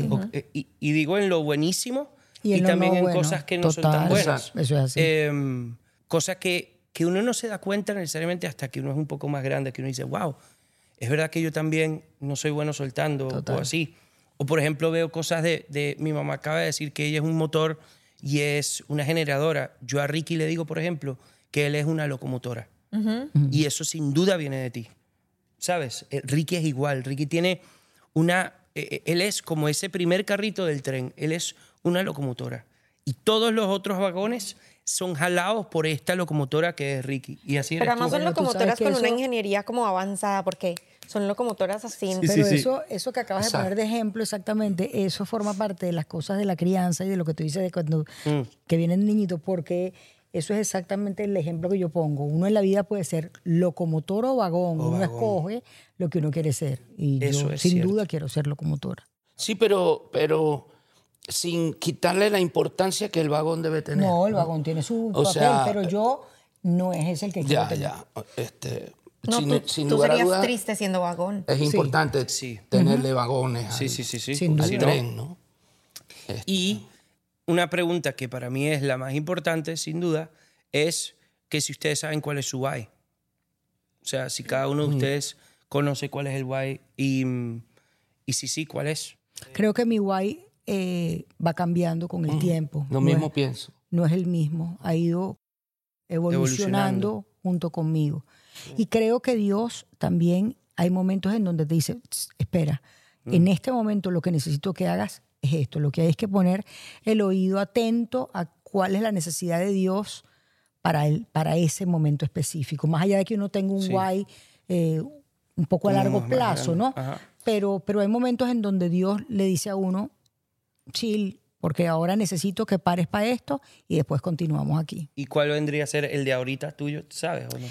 Y digo en lo buenísimo Y y, en lo también no en bueno. cosas que no son tan Total, buenas. eso es así. Cosas que uno no se da cuenta necesariamente hasta que uno es un poco más grande, que uno dice, wow, es verdad que yo también no soy bueno soltando Total. o así. O por ejemplo veo cosas de mi mamá acaba de decir que ella es un motor y es una generadora. Yo a Ricky le digo, por ejemplo, que él es una locomotora. Y eso sin duda viene de ti. ¿Sabes? Ricky es igual. Ricky tiene él es como ese primer carrito del tren. Él es una locomotora. Y todos los otros vagones son jalados por esta locomotora que es Ricky. Y así Pero eres además tú. son Pero tú locomotoras sabes que con una eso- ingeniería como avanzada porque son locomotoras así. Pero sí. eso que acabas Exacto. de poner de ejemplo exactamente, eso forma parte de las cosas de la crianza y de lo que tú dices de cuando que vienen niñitos, porque eso es exactamente el ejemplo que yo pongo. Uno en la vida puede ser locomotor o vagón. O Uno vagón. escoge lo que uno quiere ser. Y Eso yo es sin cierto. duda quiero ser locomotora. Sí, pero sin quitarle la importancia que el vagón debe tener. No, el vagón tiene su O papel, sea, pero yo no es ese el que quiero Ya, tener. ya. No, sin tú lugar a serías dudas, triste siendo vagón. es importante Sí. tenerle vagones Sí, al, sí. Sin al duda. tren, ¿no? Y una pregunta que para mí es la más importante, sin duda, es que si ustedes saben cuál es su why. O sea, si cada uno de ustedes conoce cuál es el why y si sí, cuál es. Creo que mi why va cambiando con el tiempo. Lo No mismo es- pienso. no es el mismo, ha ido evolucionando junto conmigo. Y creo que Dios también, hay momentos en donde te dice, "Tss, espera, en este momento lo que necesito que hagas es esto, lo que hay es que poner el oído atento a cuál es la necesidad de Dios para ese momento específico, más allá de que uno tenga un Sí. why un poco a Como largo más plazo, grande. ¿no? Ajá. Pero hay momentos en donde Dios le dice a uno, chill, porque ahora necesito que pares para esto y después continuamos aquí. ¿Y cuál vendría a ser el de ahorita tuyo? ¿Sabes o no?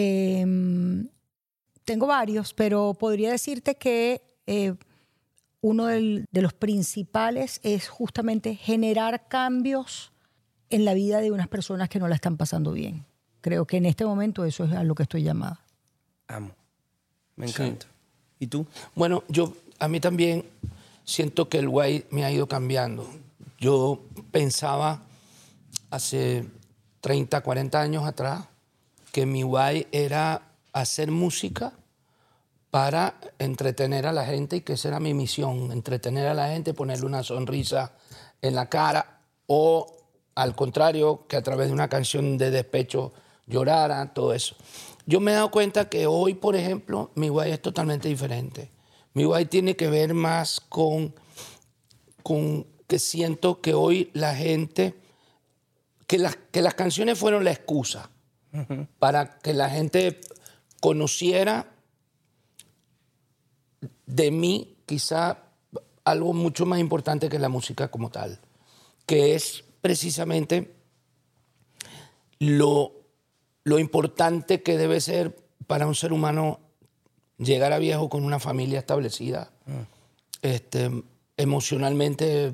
Tengo varios, pero podría decirte que uno de los principales es justamente generar cambios en la vida de unas personas que no la están pasando bien. Creo que en este momento eso es a lo que estoy llamada. Amo. Me encanta. ¿Y tú? Bueno, a mí también siento que el why me ha ido cambiando. Yo pensaba hace 30, 40 años atrás que mi why era hacer música para entretener a la gente y que esa era mi misión, entretener a la gente, ponerle una sonrisa en la cara o al contrario, que a través de una canción de despecho llorara, todo eso. Yo me he dado cuenta que hoy, por ejemplo, mi why es totalmente diferente. Mi why tiene que ver más con que siento que hoy la gente, que las canciones fueron la excusa para que la gente conociera de mí quizá algo mucho más importante que la música como tal, que es precisamente lo importante que debe ser para un ser humano llegar a viejo con una familia establecida, emocionalmente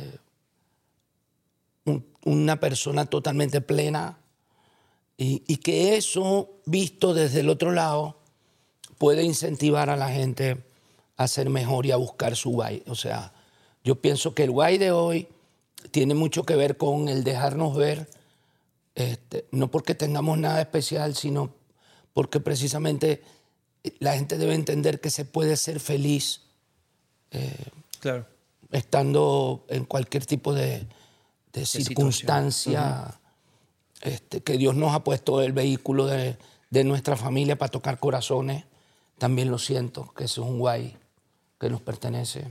una persona totalmente plena y que eso, visto desde el otro lado, puede incentivar a la gente a ser mejor y a buscar su why. O sea, yo pienso que el why de hoy tiene mucho que ver con el dejarnos ver, no porque tengamos nada especial, sino porque precisamente la gente debe entender que se puede ser feliz Claro. estando en cualquier tipo de circunstancia, que Dios nos ha puesto el vehículo de nuestra familia para tocar corazones. También lo siento, que eso es un guay que nos pertenece.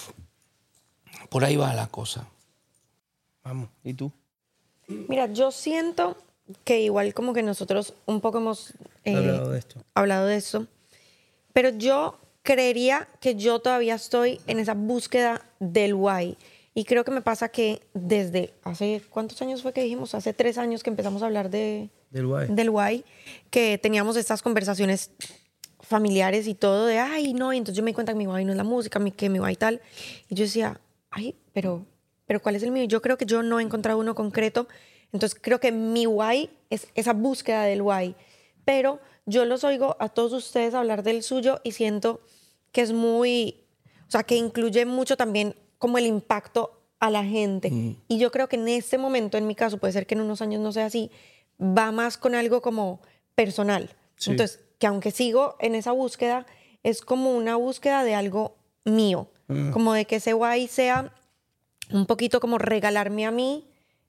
Por ahí va la cosa. Vamos, ¿y tú? Mira, yo siento que igual como que nosotros un poco hemos Hablado de esto. pero yo creería que yo todavía estoy en esa búsqueda del why. Y creo que me pasa que desde hace, ¿cuántos años fue que dijimos? Hace 3 años que empezamos a hablar Del why. del why, que teníamos estas conversaciones familiares y todo de, ay, no, y entonces yo me di cuenta que mi why no es la música, que mi why tal. Y yo decía, ay, pero ¿cuál es el mío? Yo creo que yo no he encontrado uno concreto. Entonces creo que mi why es esa búsqueda del why. Pero yo los oigo a todos ustedes hablar del suyo y siento que es muy, o sea, que incluye mucho también como el impacto a la gente. Y yo creo que en este momento, en mi caso, puede ser que en unos años no sea así, va más con algo como personal. Sí. Entonces, que aunque sigo en esa búsqueda, es como una búsqueda de algo mío. Como de que ese why sea un poquito como regalarme a mí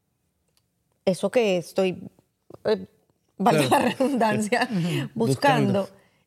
eso que estoy, valga la redundancia, buscando.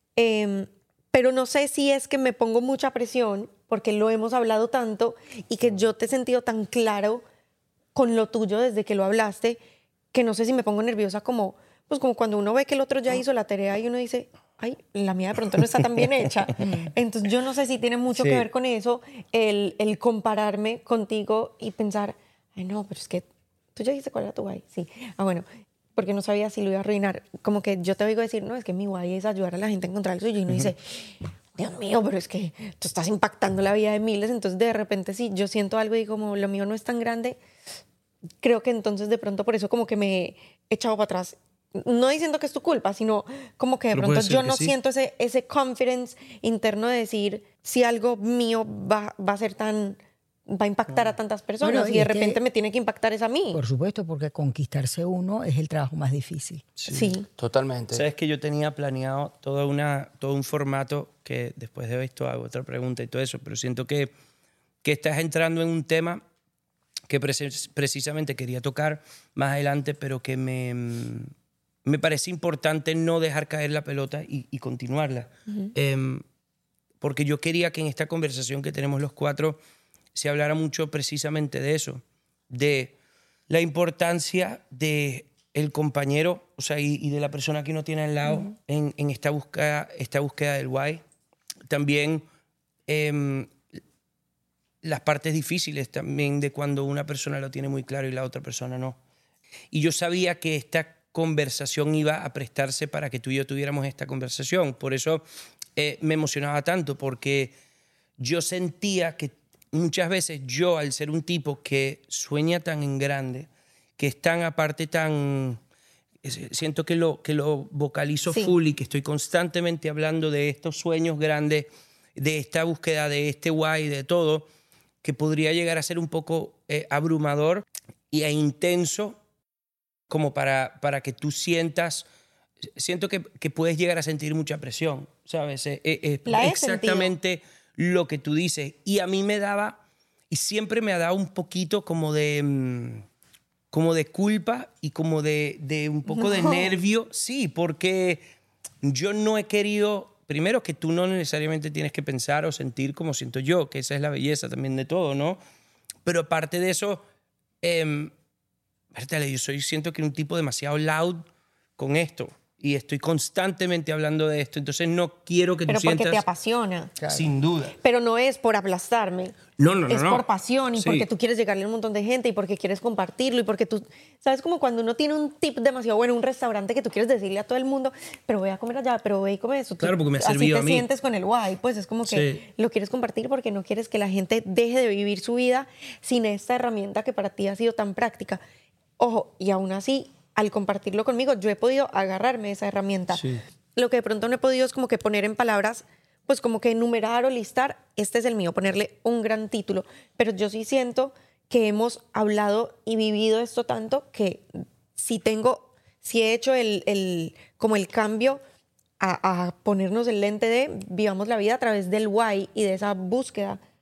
Pero no sé si es que me pongo mucha presión, porque lo hemos hablado tanto y que yo te he sentido tan claro con lo tuyo desde que lo hablaste, que no sé si me pongo nerviosa como, pues como cuando uno ve que el otro ya hizo la tarea y uno dice, ay, la mía de pronto no está tan bien hecha. Entonces yo no sé si tiene mucho que ver con eso, el compararme contigo y pensar, ay no, pero es que tú ya dijiste cuál era tu guay. Sí. Ah, bueno, porque no sabía si lo iba a arruinar. Como que yo te oigo decir, no, es que mi guay es ayudar a la gente a encontrar el suyo. Y uno dice, Dios mío, pero es que tú estás impactando la vida de miles. Entonces, de repente, sí, yo siento algo y digo, como lo mío no es tan grande, creo que entonces de pronto por eso como que me he echado para atrás. No diciendo que es tu culpa, sino como que de Pero pronto puede ser yo que no sí. siento ese confidence interno de decir si algo mío va a ser tan... va a impactar a tantas personas Bueno, y y de es que- repente me tiene que impactar es a mí. Por supuesto, porque conquistarse uno es el trabajo más difícil. Sí. Totalmente. Sabes que yo tenía planeado todo un formato que después de esto hago otra pregunta y todo eso, pero siento que estás entrando en un tema que precisamente quería tocar más adelante, pero que me parece importante no dejar caer la pelota y continuarla. Porque yo quería que en esta conversación que tenemos los 4 se hablara mucho precisamente de eso, de la importancia de el compañero, o sea, y de la persona que uno tiene al lado en esta búsqueda del why. También las partes difíciles también de cuando una persona lo tiene muy claro y la otra persona no. Y yo sabía que esta conversación iba a prestarse para que tú y yo tuviéramos esta conversación. Por eso me emocionaba tanto, porque yo sentía que muchas veces yo, al ser un tipo que sueña tan en grande, que es tan aparte tan... Siento que lo vocalizo Sí. full y que estoy constantemente hablando de estos sueños grandes, de esta búsqueda, de este why, de todo, que podría llegar a ser un poco abrumador e intenso como para que tú sientas... Siento que puedes llegar a sentir mucha presión, ¿sabes? La he exactamente lo que tú dices. Y a mí me daba, y siempre me ha dado un poquito como de culpa y como de un poco de nervio. Sí, porque yo no he querido... Primero, que tú no necesariamente tienes que pensar o sentir como siento yo, que esa es la belleza también de todo, ¿no? Pero aparte de eso, vértale, yo siento que un tipo demasiado loud con esto. Y estoy constantemente hablando de esto. Entonces no quiero que Pero tú porque sientas... te apasiona. Sin duda. Pero no es por aplastarme. No. Es por pasión y Sí. porque tú quieres llegarle a un montón de gente y porque quieres compartirlo y porque tú... ¿Sabes? Como cuando uno tiene un tip demasiado bueno, un restaurante que tú quieres decirle a todo el mundo, pero voy a comer allá, pero ve y come eso. Claro, porque me ha servido a Así mí. te sientes con el guay. Pues es como que Sí. lo quieres compartir porque no quieres que la gente deje de vivir su vida sin esta herramienta que para ti ha sido tan práctica. Ojo, y aún así, al compartirlo conmigo, yo he podido agarrarme esa herramienta. Sí. Lo que de pronto no he podido es como que poner en palabras, pues como que enumerar o listar, este es el mío, ponerle un gran título. Pero yo sí siento que hemos hablado y vivido esto tanto que si he hecho como el cambio a ponernos el lente de vivamos la vida a través del why y de esa búsqueda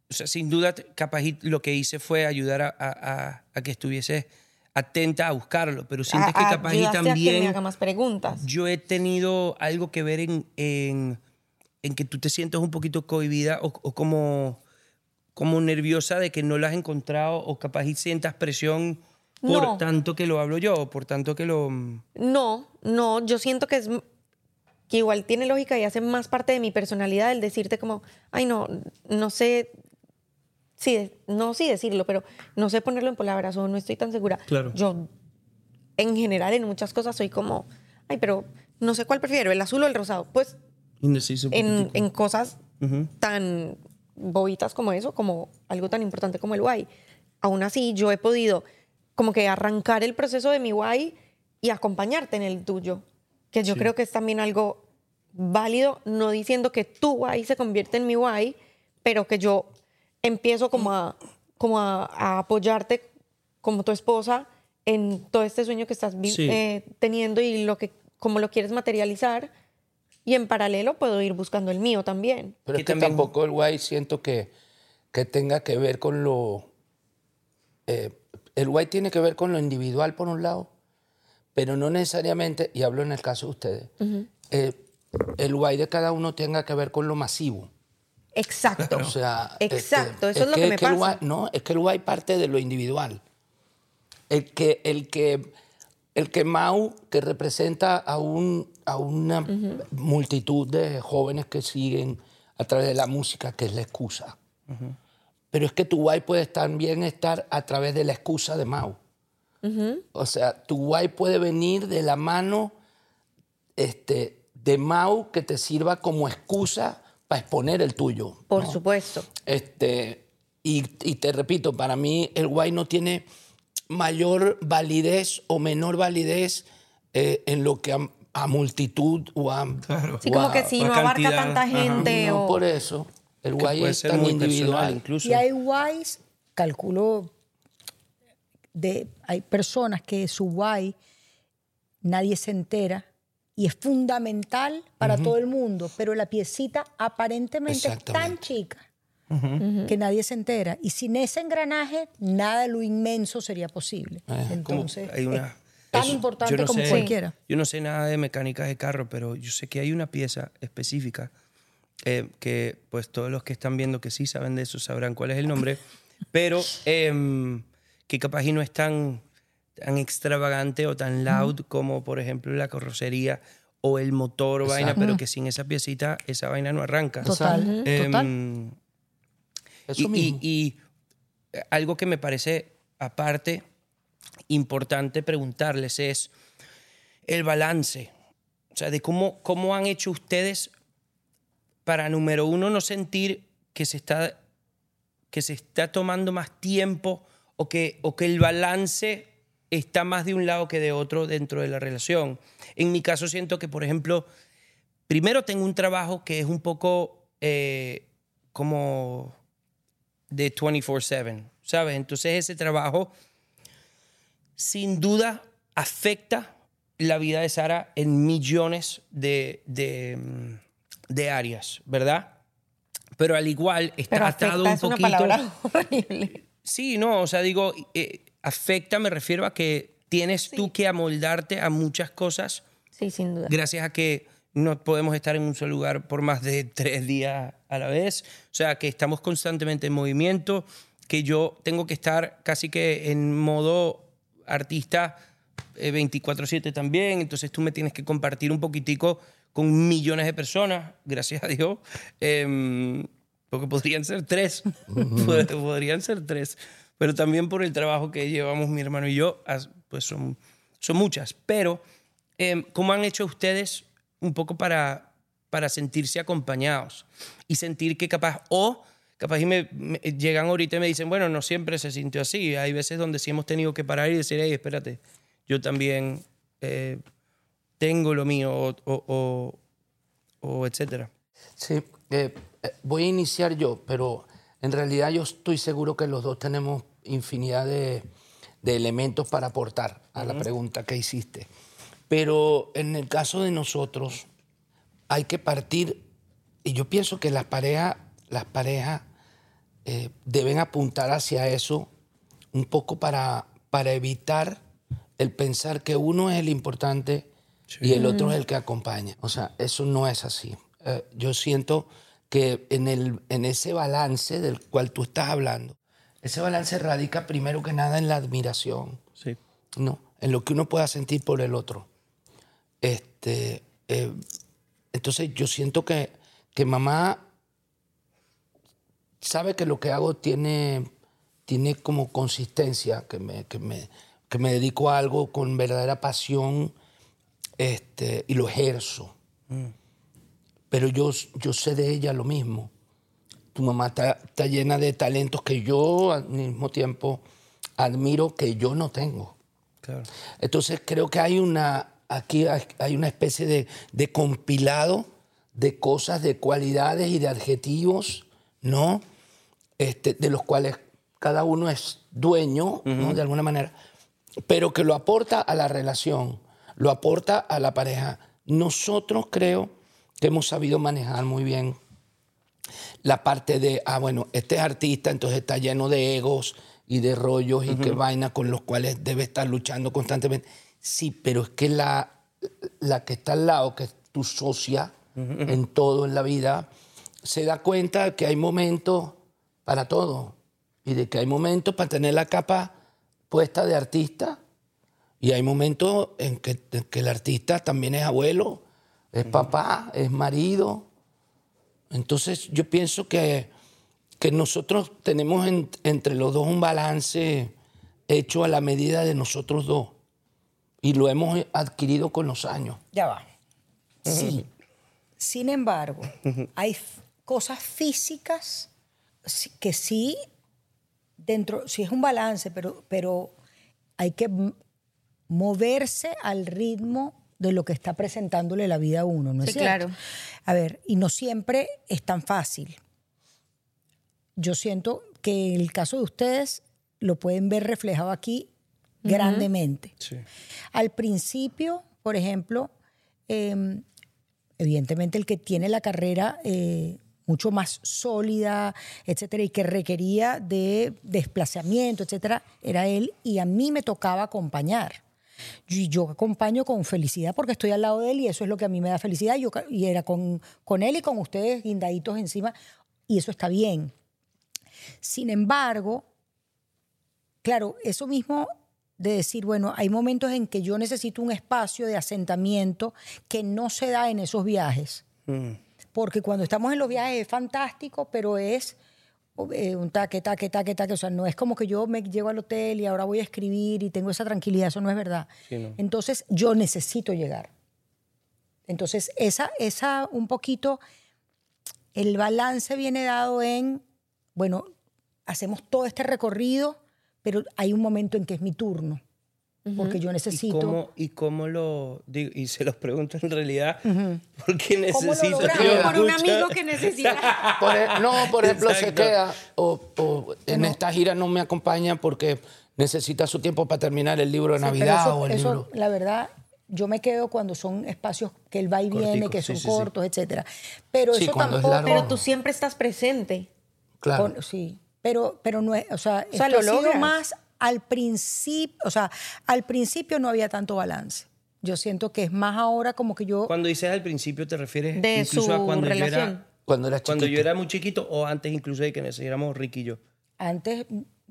o sea, sin duda, capaz lo que hice fue ayudar a que estuvieses atenta a buscarlo, pero sientes que capaz y Ayudaste a que me también haga más preguntas. yo he tenido algo que ver en que tú te sientes un poquito cohibida o como nerviosa de que no lo has encontrado o capaz y sientas presión por No. tanto que lo hablo yo o por tanto que lo... No, yo siento que igual tiene lógica y hace más parte de mi personalidad el decirte como, ay, no sé, no decirlo, pero no sé ponerlo en palabras o no estoy tan segura. Claro. Yo, en general, en muchas cosas soy como, ay, pero no sé cuál prefiero, el azul o el rosado. Pues Indeciso un poquitico. en cosas tan bobitas como eso, como algo tan importante como el why. Aún así, yo he podido como que arrancar el proceso de mi why y acompañarte en el tuyo, que yo creo que es también algo válido, no diciendo que tu why se convierte en mi why, pero que yo empiezo como a apoyarte como tu esposa en todo este sueño que estás teniendo y como lo quieres materializar. Y en paralelo puedo ir buscando el mío también. Pero Que es que también- tampoco el guay siento que tenga que ver con lo... el guay tiene que ver con lo individual por un lado, pero no necesariamente, y hablo en el caso de ustedes, el guay de cada uno tenga que ver con lo masivo. Exacto. O sea, Exacto, eso es lo que me pasa. Es que el guay parte de lo individual. El que Mau, que representa a una multitud de jóvenes que siguen a través de la música, que es la excusa. Pero es que tu guay puede también estar a través de la excusa de Mau. O sea, tu guay puede venir de la mano de Mau que te sirva como excusa para exponer el tuyo. Por ¿no? supuesto. Y te repito, para mí el guay no tiene mayor validez o menor validez en lo que a multitud o a... Claro. Sí, como que si o no abarca cantidad, tanta ajá. gente No o... por eso. El Que guay puede es ser tan muy personal individual. incluso. Y hay guays, calculo, hay personas que su guay nadie se entera y es fundamental para todo el mundo, pero la piecita aparentemente es tan Exactamente. chica que nadie se entera. Y sin ese engranaje, nada de lo inmenso sería posible. Entonces, hay una- es tan Eso, importante yo no como sé- cualquiera. Yo no sé nada de mecánica de carro, pero yo sé que hay una pieza específica que pues todos los que están viendo que sí saben de eso sabrán cuál es el nombre, pero que capaz y no es tan extravagante o tan loud como por ejemplo la carrocería o el motor o vaina, pero que sin esa piecita esa vaina no arranca. Total, total. Eso mismo. Y algo que me parece aparte importante preguntarles es el balance. O sea, de cómo han hecho ustedes para, número uno, no sentir que se está tomando más tiempo o que el balance está más de un lado que de otro dentro de la relación. En mi caso siento que, por ejemplo, primero tengo un trabajo que es un poco como de 24/7, ¿sabes? Entonces ese trabajo sin duda afecta la vida de Sara en millones de áreas, ¿verdad? Pero al igual está Pero atado afecta un es una poquito... palabra horrible. Sí, no, o sea, digo, afecta, me refiero a que tienes tú que amoldarte a muchas cosas Sí, sin duda. gracias a que no podemos estar en un solo lugar por más de 3 días a la vez. O sea, que estamos constantemente en movimiento, que yo tengo que estar casi que en modo artista 24/7 también. Entonces tú me tienes que compartir un poquitico con millones de personas, gracias a Dios. Porque podrían ser 3. Podrían ser 3. Pero también por el trabajo que llevamos mi hermano y yo, pues son muchas. Pero, ¿cómo han hecho ustedes un poco para sentirse acompañados? Y sentir que capaz y me llegan ahorita y me dicen, bueno, no siempre se sintió así. Hay veces donde sí hemos tenido que parar y decir, hey, espérate, yo también tengo lo mío o etcétera. Sí, voy a iniciar yo, pero en realidad yo estoy seguro que los dos tenemos infinidad de elementos para aportar a la pregunta que hiciste. Pero en el caso de nosotros hay que partir, y yo pienso que las parejas deben apuntar hacia eso un poco para evitar el pensar que uno es el importante y el otro es el que acompaña. O sea, eso no es así. Yo siento que en ese balance del cual tú estás hablando, ese balance radica primero que nada en la admiración, Sí. ¿no? En lo que uno pueda sentir por el otro. Entonces yo siento que mamá sabe que lo que hago tiene como consistencia, que me dedico a algo con verdadera pasión y lo ejerzo. Pero yo sé de ella lo mismo. Tu mamá está llena de talentos que yo al mismo tiempo admiro, que yo no tengo. Claro. Entonces creo que aquí hay una especie de compilado de cosas, de cualidades y de adjetivos, ¿no? De los cuales cada uno es dueño, ¿no? De alguna manera, pero que lo aporta a la relación, lo aporta a la pareja. Nosotros creo que hemos sabido manejar muy bien la parte de, bueno, este es artista, entonces está lleno de egos y de rollos y qué vaina con los cuales debe estar luchando constantemente. Sí, pero es que la que está al lado, que es tu socia en todo en la vida, se da cuenta de que hay momentos para todo y de que hay momentos para tener la capa puesta de artista y hay momentos en que el artista también es abuelo, es papá, es marido. Entonces yo pienso que nosotros tenemos entre los dos un balance hecho a la medida de nosotros dos y lo hemos adquirido con los años. Ya va. Sí. Sin embargo, hay cosas físicas que sí, sí es un balance, pero hay que moverse al ritmo de lo que está presentándole la vida a uno, ¿no es cierto? Claro. A ver, y no siempre es tan fácil. Yo siento que el caso de ustedes lo pueden ver reflejado aquí grandemente. Sí. Al principio, por ejemplo, evidentemente el que tiene la carrera mucho más sólida, etcétera, y que requería de desplazamiento, etcétera, era él, y a mí me tocaba acompañar. Yo acompaño con felicidad porque estoy al lado de él y eso es lo que a mí me da felicidad. Y era con él y con ustedes guindaditos encima y eso está bien. Sin embargo, claro, eso mismo de decir, bueno, hay momentos en que yo necesito un espacio de asentamiento que no se da en esos viajes. Porque cuando estamos en los viajes es fantástico, pero es un taque. O sea, no es como que yo me llego al hotel y ahora voy a escribir y tengo esa tranquilidad. Eso no es verdad. Sí, no. Entonces, yo necesito llegar. Entonces, esa un poquito, el balance viene dado en, bueno, hacemos todo este recorrido, pero hay un momento en que es mi turno. Porque yo necesito... ¿Y cómo lo digo? Y se los pregunto en realidad, porque ¿Cómo lo necesito... logramos? Por un amigo que necesita. Por ejemplo, se Exacto. queda o en esta gira no me acompaña porque necesita su tiempo para terminar el libro de Sí, pero Navidad o el eso, libro. la verdad, yo me quedo cuando son espacios que él va y viene, Corticos, que son sí. cortos, etcétera. Pero Sí, eso cuando es tampoco... largo. Pero tú siempre estás presente. Claro. Sí, pero no es... O sea, sea, esto lo ha sido logras. más al principio... O sea, al principio no había tanto balance. Yo siento que es más ahora como que yo... Cuando dices al principio, ¿te refieres De incluso su a cuando relación. Cuando era cuando yo chiquito. era muy chiquito o antes incluso de que nos éramos Ricky y yo? Antes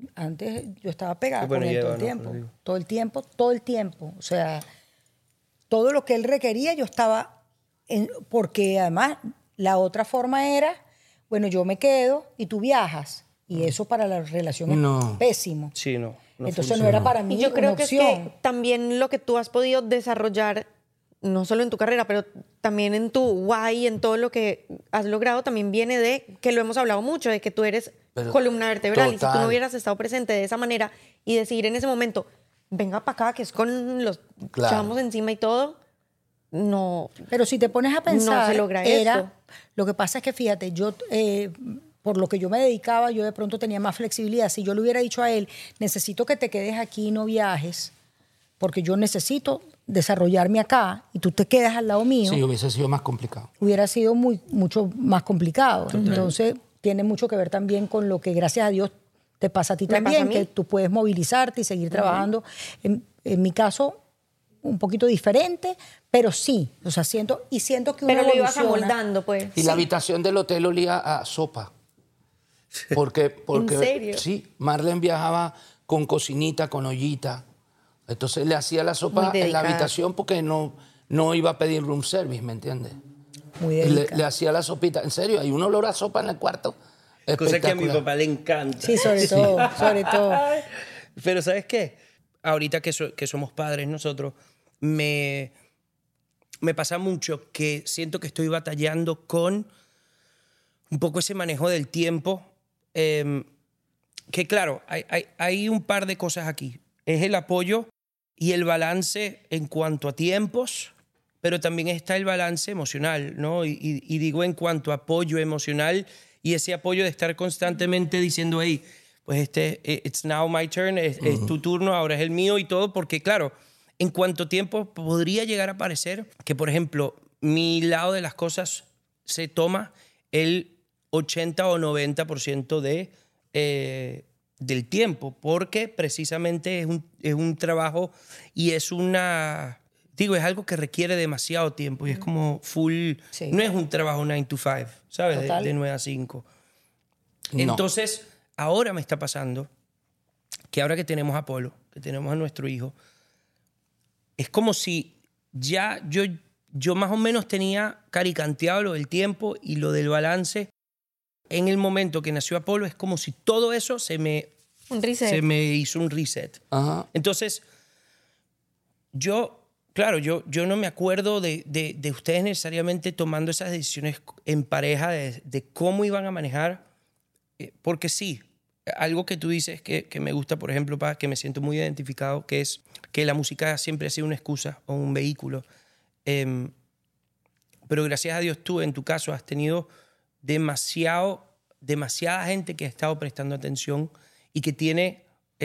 yo estaba pegada Sí, bueno, con él ya, todo el no, tiempo. pero digo. Todo el tiempo. O sea, todo lo que él requería yo estaba... porque además la otra forma era, bueno, yo me quedo y tú viajas. Y eso para la relación No. es pésimo. Sí, no. Entonces no era para mí Y yo creo una que es opción. que también lo que tú has podido desarrollar, no solo en tu carrera, pero también en tu why, en todo lo que has logrado, también viene de, que lo hemos hablado mucho, de que tú eres Pero columna vertebral. Y si tú total. no hubieras estado presente de esa manera y decidir en ese momento, venga para acá, que es con los Claro. chamos encima y todo, no. Pero si te pones a pensar, No se logra esto. lo que pasa es que fíjate, yo por lo que yo me dedicaba, yo de pronto tenía más flexibilidad. Si yo le hubiera dicho a él, necesito que te quedes aquí y no viajes, porque yo necesito desarrollarme acá y tú te quedas al lado mío, Sí, hubiese sido más complicado. hubiera sido mucho más complicado. Entonces, tiene mucho que ver también con lo que, gracias a Dios, te pasa a ti Me pasa también, a mí. que tú puedes movilizarte y seguir trabajando. En mi caso, un poquito diferente, pero sí, o sea, siento que uno Pero lo ibas evoluciona. amoldando, pues. Y la habitación del hotel olía a sopa. Porque, ¿En serio? Sí, Marlene viajaba con cocinita, con ollita. Entonces le hacía la sopa Muy en la dedicada. habitación porque no iba a pedir room service, ¿me entiendes? Muy Le delicada. hacía la sopita. En serio, hay un olor a sopa en el cuarto. Cosa que a mi Espectacular. papá le encanta. Sí, sobre todo. Pero ¿sabes qué? Ahorita que somos padres nosotros, me pasa mucho que siento que estoy batallando con un poco ese manejo del tiempo. Que claro, hay un par de cosas aquí. Es el apoyo y el balance en cuanto a tiempos, pero también está el balance emocional, ¿no? Y digo en cuanto a apoyo emocional y ese apoyo de estar constantemente diciendo, hey, pues it's now my turn, es tu turno, ahora es el mío y todo, porque claro, en cuanto tiempo podría llegar a parecer que, por ejemplo, mi lado de las cosas se toma el 80 o 90% del tiempo, porque precisamente es un trabajo y es es algo que requiere demasiado tiempo y es como full, Sí. no es un trabajo 9 to 5, ¿sabes? Total. De 9 a 5. No. Entonces, ahora me está pasando que ahora que tenemos a Apolo, que tenemos a nuestro hijo, es como si ya yo más o menos tenía caricanteado lo del tiempo y lo del balance. En el momento que nació Apolo es como si todo eso se me hizo un reset. Ajá. Entonces, yo no me acuerdo de ustedes necesariamente tomando esas decisiones en pareja de cómo iban a manejar, porque sí, algo que tú dices que me gusta, por ejemplo, que me siento muy identificado, que es que la música siempre ha sido una excusa o un vehículo. Pero gracias a Dios tú, en tu caso, has tenido demasiada gente que ha estado prestando atención y que tiene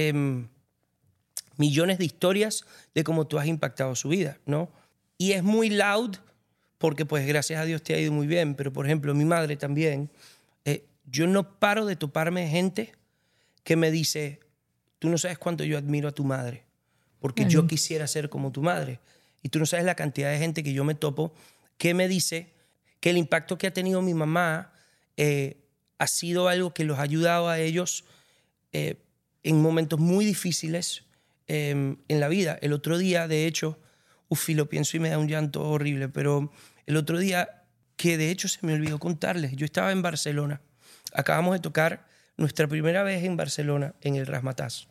millones de historias de cómo tú has impactado su vida, ¿no? Y es muy loud porque, pues, gracias a Dios te ha ido muy bien. Pero, por ejemplo, mi madre también, yo no paro de toparme gente que me dice, tú no sabes cuánto yo admiro a tu madre, porque yo quisiera ser como tu madre. Y tú no sabes la cantidad de gente que yo me topo que me dice que el impacto que ha tenido mi mamá ha sido algo que los ha ayudado a ellos en momentos muy difíciles en la vida. El otro día, de hecho, y lo pienso y me da un llanto horrible, pero el otro día, que de hecho se me olvidó contarles, yo estaba en Barcelona. Acabamos de tocar nuestra primera vez en Barcelona, en el Razzmatazz.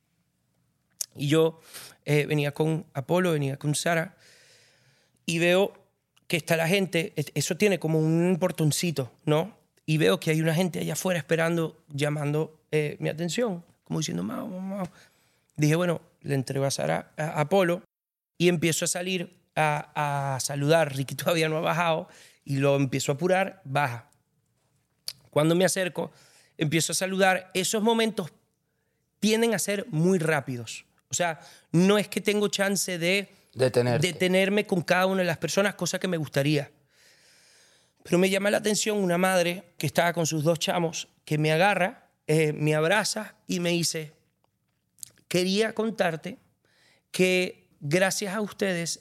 Y yo venía con Apolo, venía con Sara, y veo que está la gente, eso tiene como un portoncito, ¿no? Y veo que hay una gente allá afuera esperando, llamando mi atención, como diciendo, Mau. Dije, bueno, le entrego a Sara a Apolo y empiezo a salir a saludar. Ricky todavía no ha bajado y lo empiezo a apurar, baja. Cuando me acerco, empiezo a saludar. Esos momentos tienden a ser muy rápidos. O sea, no es que tengo chance de detenerme con cada una de las personas, cosa que me gustaría. Pero me llama la atención una madre que estaba con sus 2 chamos, que me agarra, me abraza y me dice, quería contarte que gracias a ustedes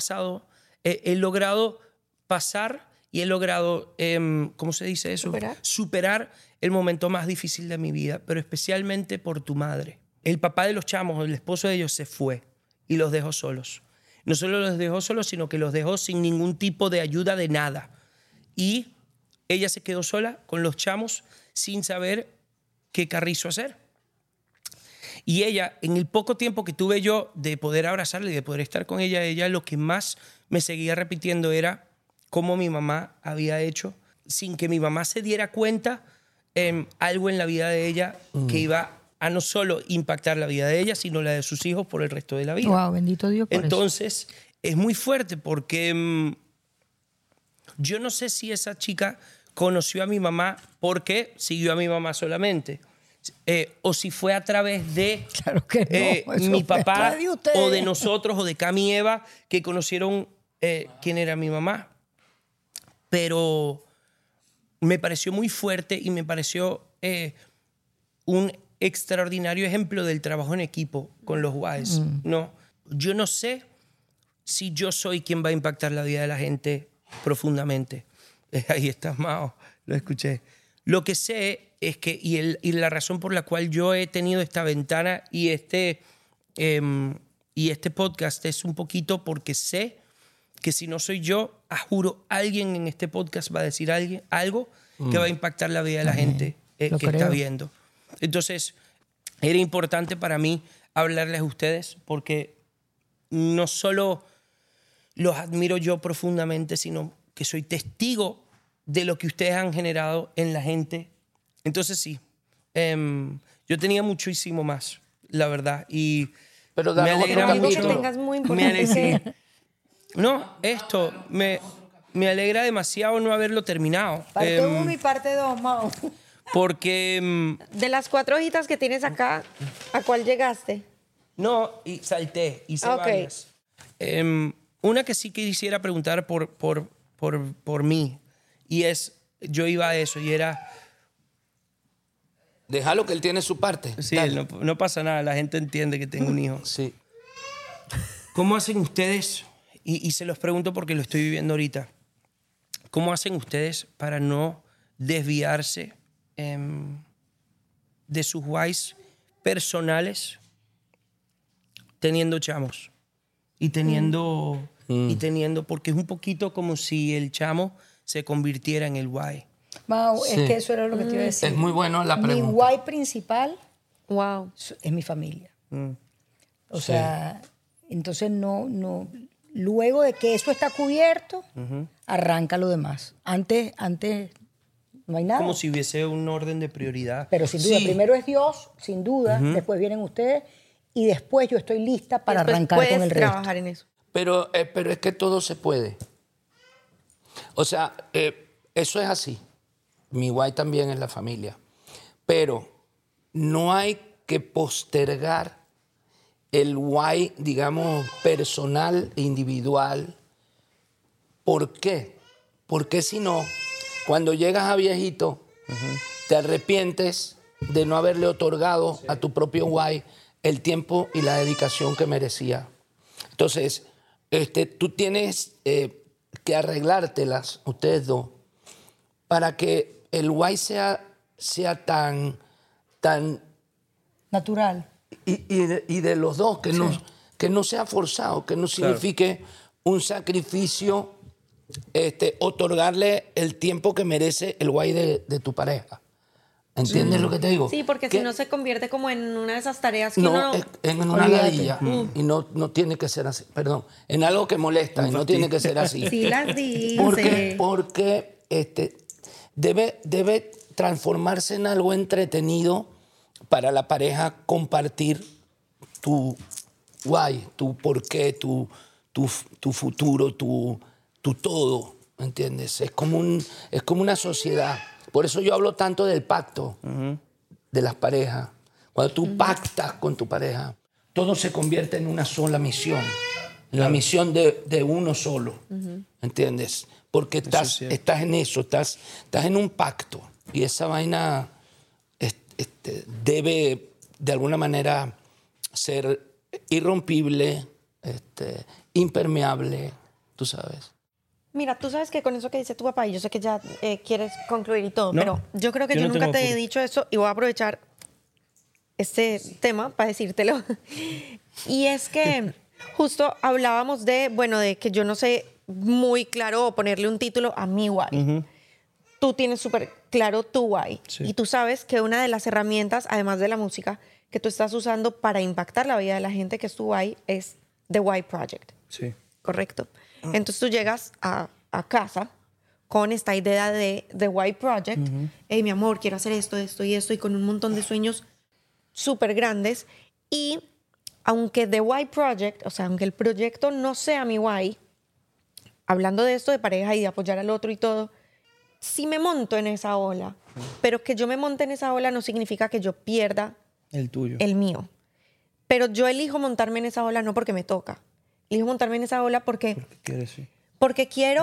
he logrado pasar y he logrado, ¿cómo se dice eso? Superar el momento más difícil de mi vida, pero especialmente por tu madre. El papá de los chamos, el esposo de ellos, se fue y los dejó solos. No solo los dejó solos, sino que los dejó sin ningún tipo de ayuda de nada. Y ella se quedó sola con los chamos sin saber qué carrizo hacer. Y ella, en el poco tiempo que tuve yo de poder abrazarla y de poder estar con ella lo que más me seguía repitiendo era cómo mi mamá había hecho, sin que mi mamá se diera cuenta, algo en la vida de ella que iba a no solo impactar la vida de ella, sino la de sus hijos por el resto de la vida. Wow, bendito Dios por Entonces, es muy fuerte porque yo no sé si esa chica conoció a mi mamá porque siguió a mi mamá solamente. O si fue a través de Claro que no, eso mi fue papá atrás de ustedes. o de nosotros o de Cami y Eva que conocieron quién era mi mamá. Pero me pareció muy fuerte y me pareció un extraordinario ejemplo del trabajo en equipo con los Wise. No, yo no sé si yo soy quien va a impactar la vida de la gente profundamente. Ahí está, Mao, lo escuché. Lo que sé es que, y la razón por la cual yo he tenido esta ventana y este podcast es un poquito porque sé que si no soy yo, juro, alguien en este podcast va a decir algo que va a impactar la vida de la gente que está viendo. Entonces, era importante para mí hablarles a ustedes porque no solo los admiro yo profundamente, sino que soy testigo de lo que ustedes han generado en la gente. Entonces, sí, yo tenía muchísimo más, la verdad. Pero me dame alegra otro mucho. capítulo. Que tengas muy importante. No, esto me alegra demasiado no haberlo terminado. Parte 1 y parte 2, Mao. Porque De las 4 hojitas que tienes acá, ¿a cuál llegaste? no, y salté, hice Ok. varias. Una que sí quisiera preguntar por mí, y yo iba a eso, y era, Déjalo que él tiene su parte. sí, Dale. no pasa nada, la gente entiende que tengo un hijo. Sí. ¿Cómo hacen ustedes, y se los pregunto porque lo estoy viviendo ahorita, cómo hacen ustedes para no desviarse de sus whys personales teniendo chamos y teniendo, porque es un poquito como si el chamo se convirtiera en el why? Mao, Sí. es que eso era lo que te iba a decir. Es muy bueno la Mi pregunta. guay principal Wow. es mi familia. O sea, entonces no. Luego de que eso está cubierto, arranca lo demás. Antes no hay nada. Como si hubiese un orden de prioridad. Pero sin duda, Sí. primero es Dios, sin duda, después vienen ustedes y después yo estoy lista para Después arrancar puedes con el resto. trabajar en eso. Pero es que todo se puede. O sea, eso es así. Mi guay también es la familia. Pero no hay que postergar el guay, digamos, personal e individual. ¿Por qué? Porque si no, cuando llegas a viejito, te arrepientes de no haberle otorgado a tu propio guay el tiempo y la dedicación que merecía. Entonces, tú tienes que arreglártelas, ustedes dos, para que el guay sea tan Natural. y de los dos, que no sea forzado, que no signifique un sacrificio otorgarle el tiempo que merece el guay de tu pareja. ¿Entiendes lo que te digo? Sí, porque Que si no se convierte como en una de esas tareas que no, uno... es en una Olvídate. ladilla. Y no tiene que ser así. Perdón, en algo que molesta y no tiene que ser así. Sí las dice. Porque debe transformarse en algo entretenido para la pareja compartir tu guay, tu porqué, tu futuro, tu todo, ¿entiendes? Es como una sociedad. Por eso yo hablo tanto del pacto de las parejas. Cuando tú pactas con tu pareja, todo se convierte en una sola misión. La misión de uno solo, ¿entiendes? Porque estás en eso, estás en un pacto. Y esa vaina debe, de alguna manera, ser irrompible, impermeable, tú sabes. Mira, tú sabes que con eso que dice tu papá, y yo sé que ya quieres concluir y todo, No, pero yo creo que yo yo no nunca tengo te he apuro. dicho eso y voy a aprovechar este tema para decírtelo. Y es que justo hablábamos de que yo no sé muy claro ponerle un título a mi guay. Tú tienes súper claro tu guay. Sí. Y tú sabes que una de las herramientas, además de la música, que tú estás usando para impactar la vida de la gente, que es tu guay, es The Why Project. Sí. Correcto. Entonces tú llegas a casa con esta idea de The Why Project. Hey, mi amor, quiero hacer esto, esto y esto, y con un montón de sueños súper grandes. Y aunque The Why Project, o sea, aunque el proyecto no sea mi why, hablando de esto de pareja y de apoyar al otro y todo, sí me monto en esa ola. Pero que yo me monte en esa ola no significa que yo pierda El tuyo. el mío. Pero yo elijo montarme en esa ola no porque me toca. Elijo montarme en esa ola porque ¿Qué quieres decir? porque quiero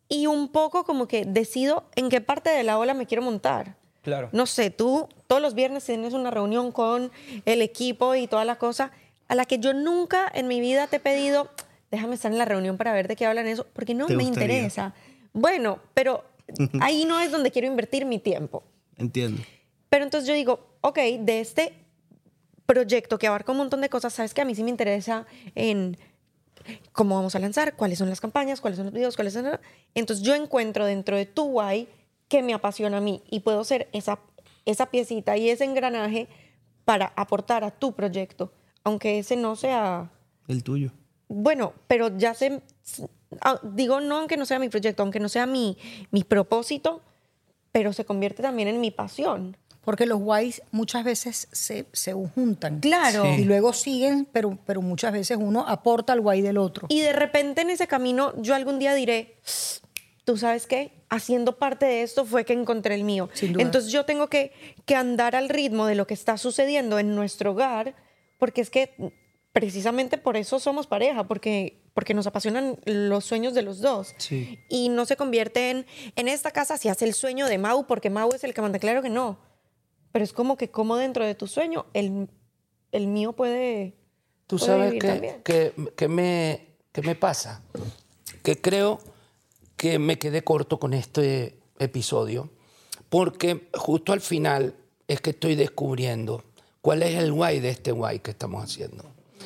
y un poco como que decido en qué parte de la ola me quiero montar. Claro. No sé, tú todos los viernes tienes una reunión con el equipo y toda la cosa a la que yo nunca en mi vida te he pedido, déjame estar en la reunión para ver de qué hablan eso, porque no ¿Te me gustaría? interesa. Bueno, pero ahí no es donde quiero invertir mi tiempo. Entiendo. Pero entonces yo digo, ok, de este proyecto que abarca un montón de cosas, sabes que a mí sí me interesa en cómo vamos a lanzar, cuáles son las campañas, cuáles son los videos, cuáles son... Entonces yo encuentro dentro de tu why que me apasiona a mí y puedo ser esa piecita y ese engranaje para aportar a tu proyecto, aunque ese no sea... El tuyo. Bueno, pero ya sé... Digo, no aunque no sea mi proyecto, aunque no sea mi propósito, pero se convierte también en mi pasión. Porque los whys muchas veces se juntan. Claro. Y luego siguen, pero muchas veces uno aporta al why del otro. Y de repente en ese camino yo algún día diré, ¿tú sabes qué? Haciendo parte de esto fue que encontré el mío. Sin duda. Entonces yo tengo que andar al ritmo de lo que está sucediendo en nuestro hogar, porque es que precisamente por eso somos pareja, porque nos apasionan los sueños de los dos. Sí. Y no se convierte en esta casa si hace el sueño de Mau, porque Mau es el que manda. Claro que no. Pero es como que como dentro de tu sueño, el mío puede... Tú puede sabes vivir también. que me pasa, que creo que me quedé corto con este episodio, porque justo al final es que estoy descubriendo cuál es el why de este why que estamos haciendo.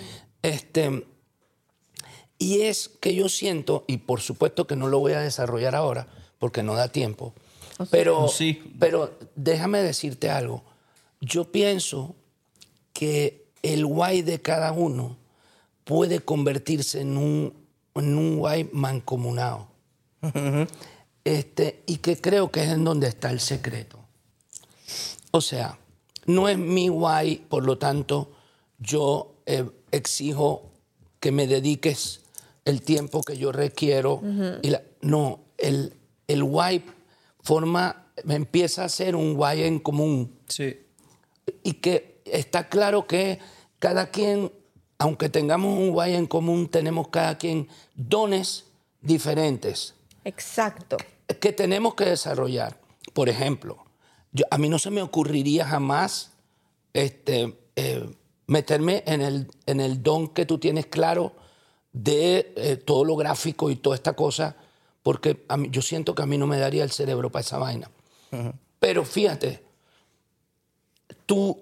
Y es que yo siento, y por supuesto que no lo voy a desarrollar ahora, porque no da tiempo, pero déjame decirte algo. Yo pienso que el why de cada uno puede convertirse en un why mancomunado. Y que creo que es en donde está el secreto. O sea, no es mi why, por lo tanto, yo exijo que me dediques el tiempo que yo requiero. No, el why empieza a ser un why en común. Sí. Y que está claro que cada quien, aunque tengamos un why en común, tenemos cada quien dones diferentes. Exacto. Que tenemos que desarrollar. Por ejemplo, a mí no se me ocurriría jamás meterme en el don que tú tienes claro de todo lo gráfico y toda esta cosa, porque yo siento que a mí no me daría el cerebro para esa vaina. Pero fíjate, tu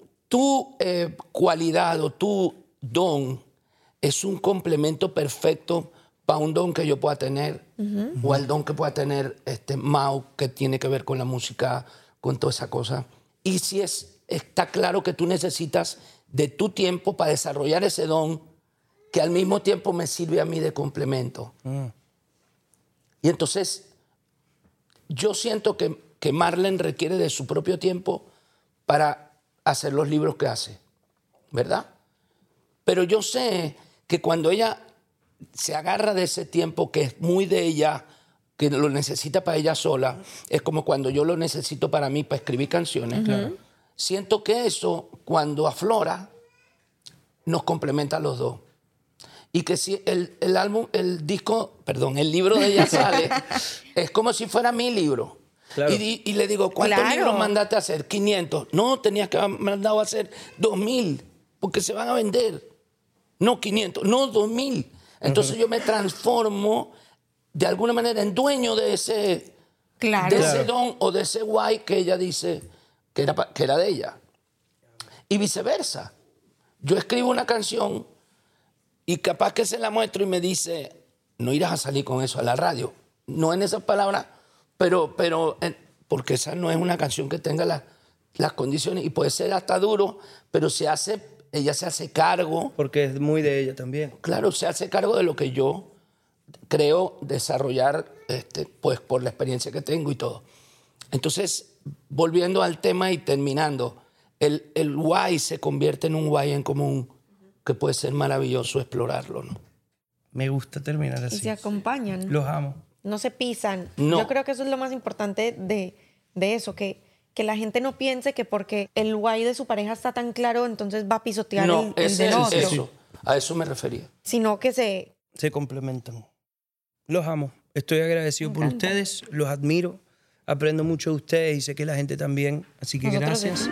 cualidad o tu don es un complemento perfecto para un don que yo pueda tener o al don que pueda tener Mau, que tiene que ver con la música, con toda esa cosa. Y si está claro que tú necesitas de tu tiempo para desarrollar ese don que al mismo tiempo me sirve a mí de complemento. Y entonces yo siento que Marlene requiere de su propio tiempo para hacer los libros que hace, ¿verdad? Pero yo sé que cuando ella se agarra de ese tiempo que es muy de ella, que lo necesita para ella sola, es como cuando yo lo necesito para mí, para escribir canciones. Claro. Siento que eso, cuando aflora, nos complementa a los dos. Y que si el libro de ella sale, es como si fuera mi libro. Claro. Y le digo, ¿cuántos libros mandaste a hacer? 500. No, tenías que haber mandado a hacer 2000, porque se van a vender. No 500, no 2000. Entonces yo me transformo de alguna manera en dueño de ese, ese don o de ese guay que ella dice que era de ella. Y viceversa. Yo escribo una canción y capaz que se la muestro y me dice, no irás a salir con eso a la radio. No en esas palabras, pero porque esa no es una canción que tenga las condiciones y puede ser hasta duro, pero ella se hace cargo. Porque es muy de ella también. Claro, se hace cargo de lo que yo creo desarrollar, pues por la experiencia que tengo y todo. Entonces, volviendo al tema y terminando, el why se convierte en un why en común que puede ser maravilloso explorarlo, ¿no? Me gusta terminar así. Y se acompañan. Los amo. No se pisan. No. Yo creo que eso es lo más importante de eso, que la gente no piense que porque el why de su pareja está tan claro, entonces va a pisotear el del otro. Eso. A eso me refería. Sino que se complementan. Los amo. Estoy agradecido por ustedes, los admiro, aprendo mucho de ustedes y sé que la gente también. Así que Nosotros gracias.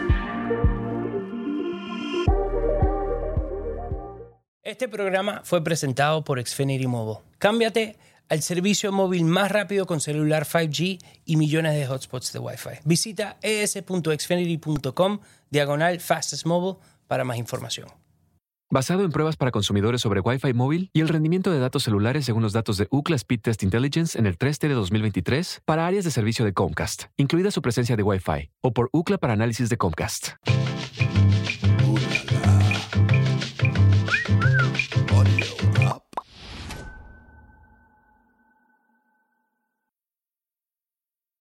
Este programa fue presentado por Xfinity Mobile. Cámbiate al servicio móvil más rápido con celular 5G y millones de hotspots de Wi-Fi. Visita es.xfinity.com/fastest mobile para más información. Basado en pruebas para consumidores sobre Wi-Fi móvil y el rendimiento de datos celulares según los datos de Ookla Speed Test Intelligence en el 3T de 2023 para áreas de servicio de Comcast, incluida su presencia de Wi-Fi, o por Ookla para análisis de Comcast.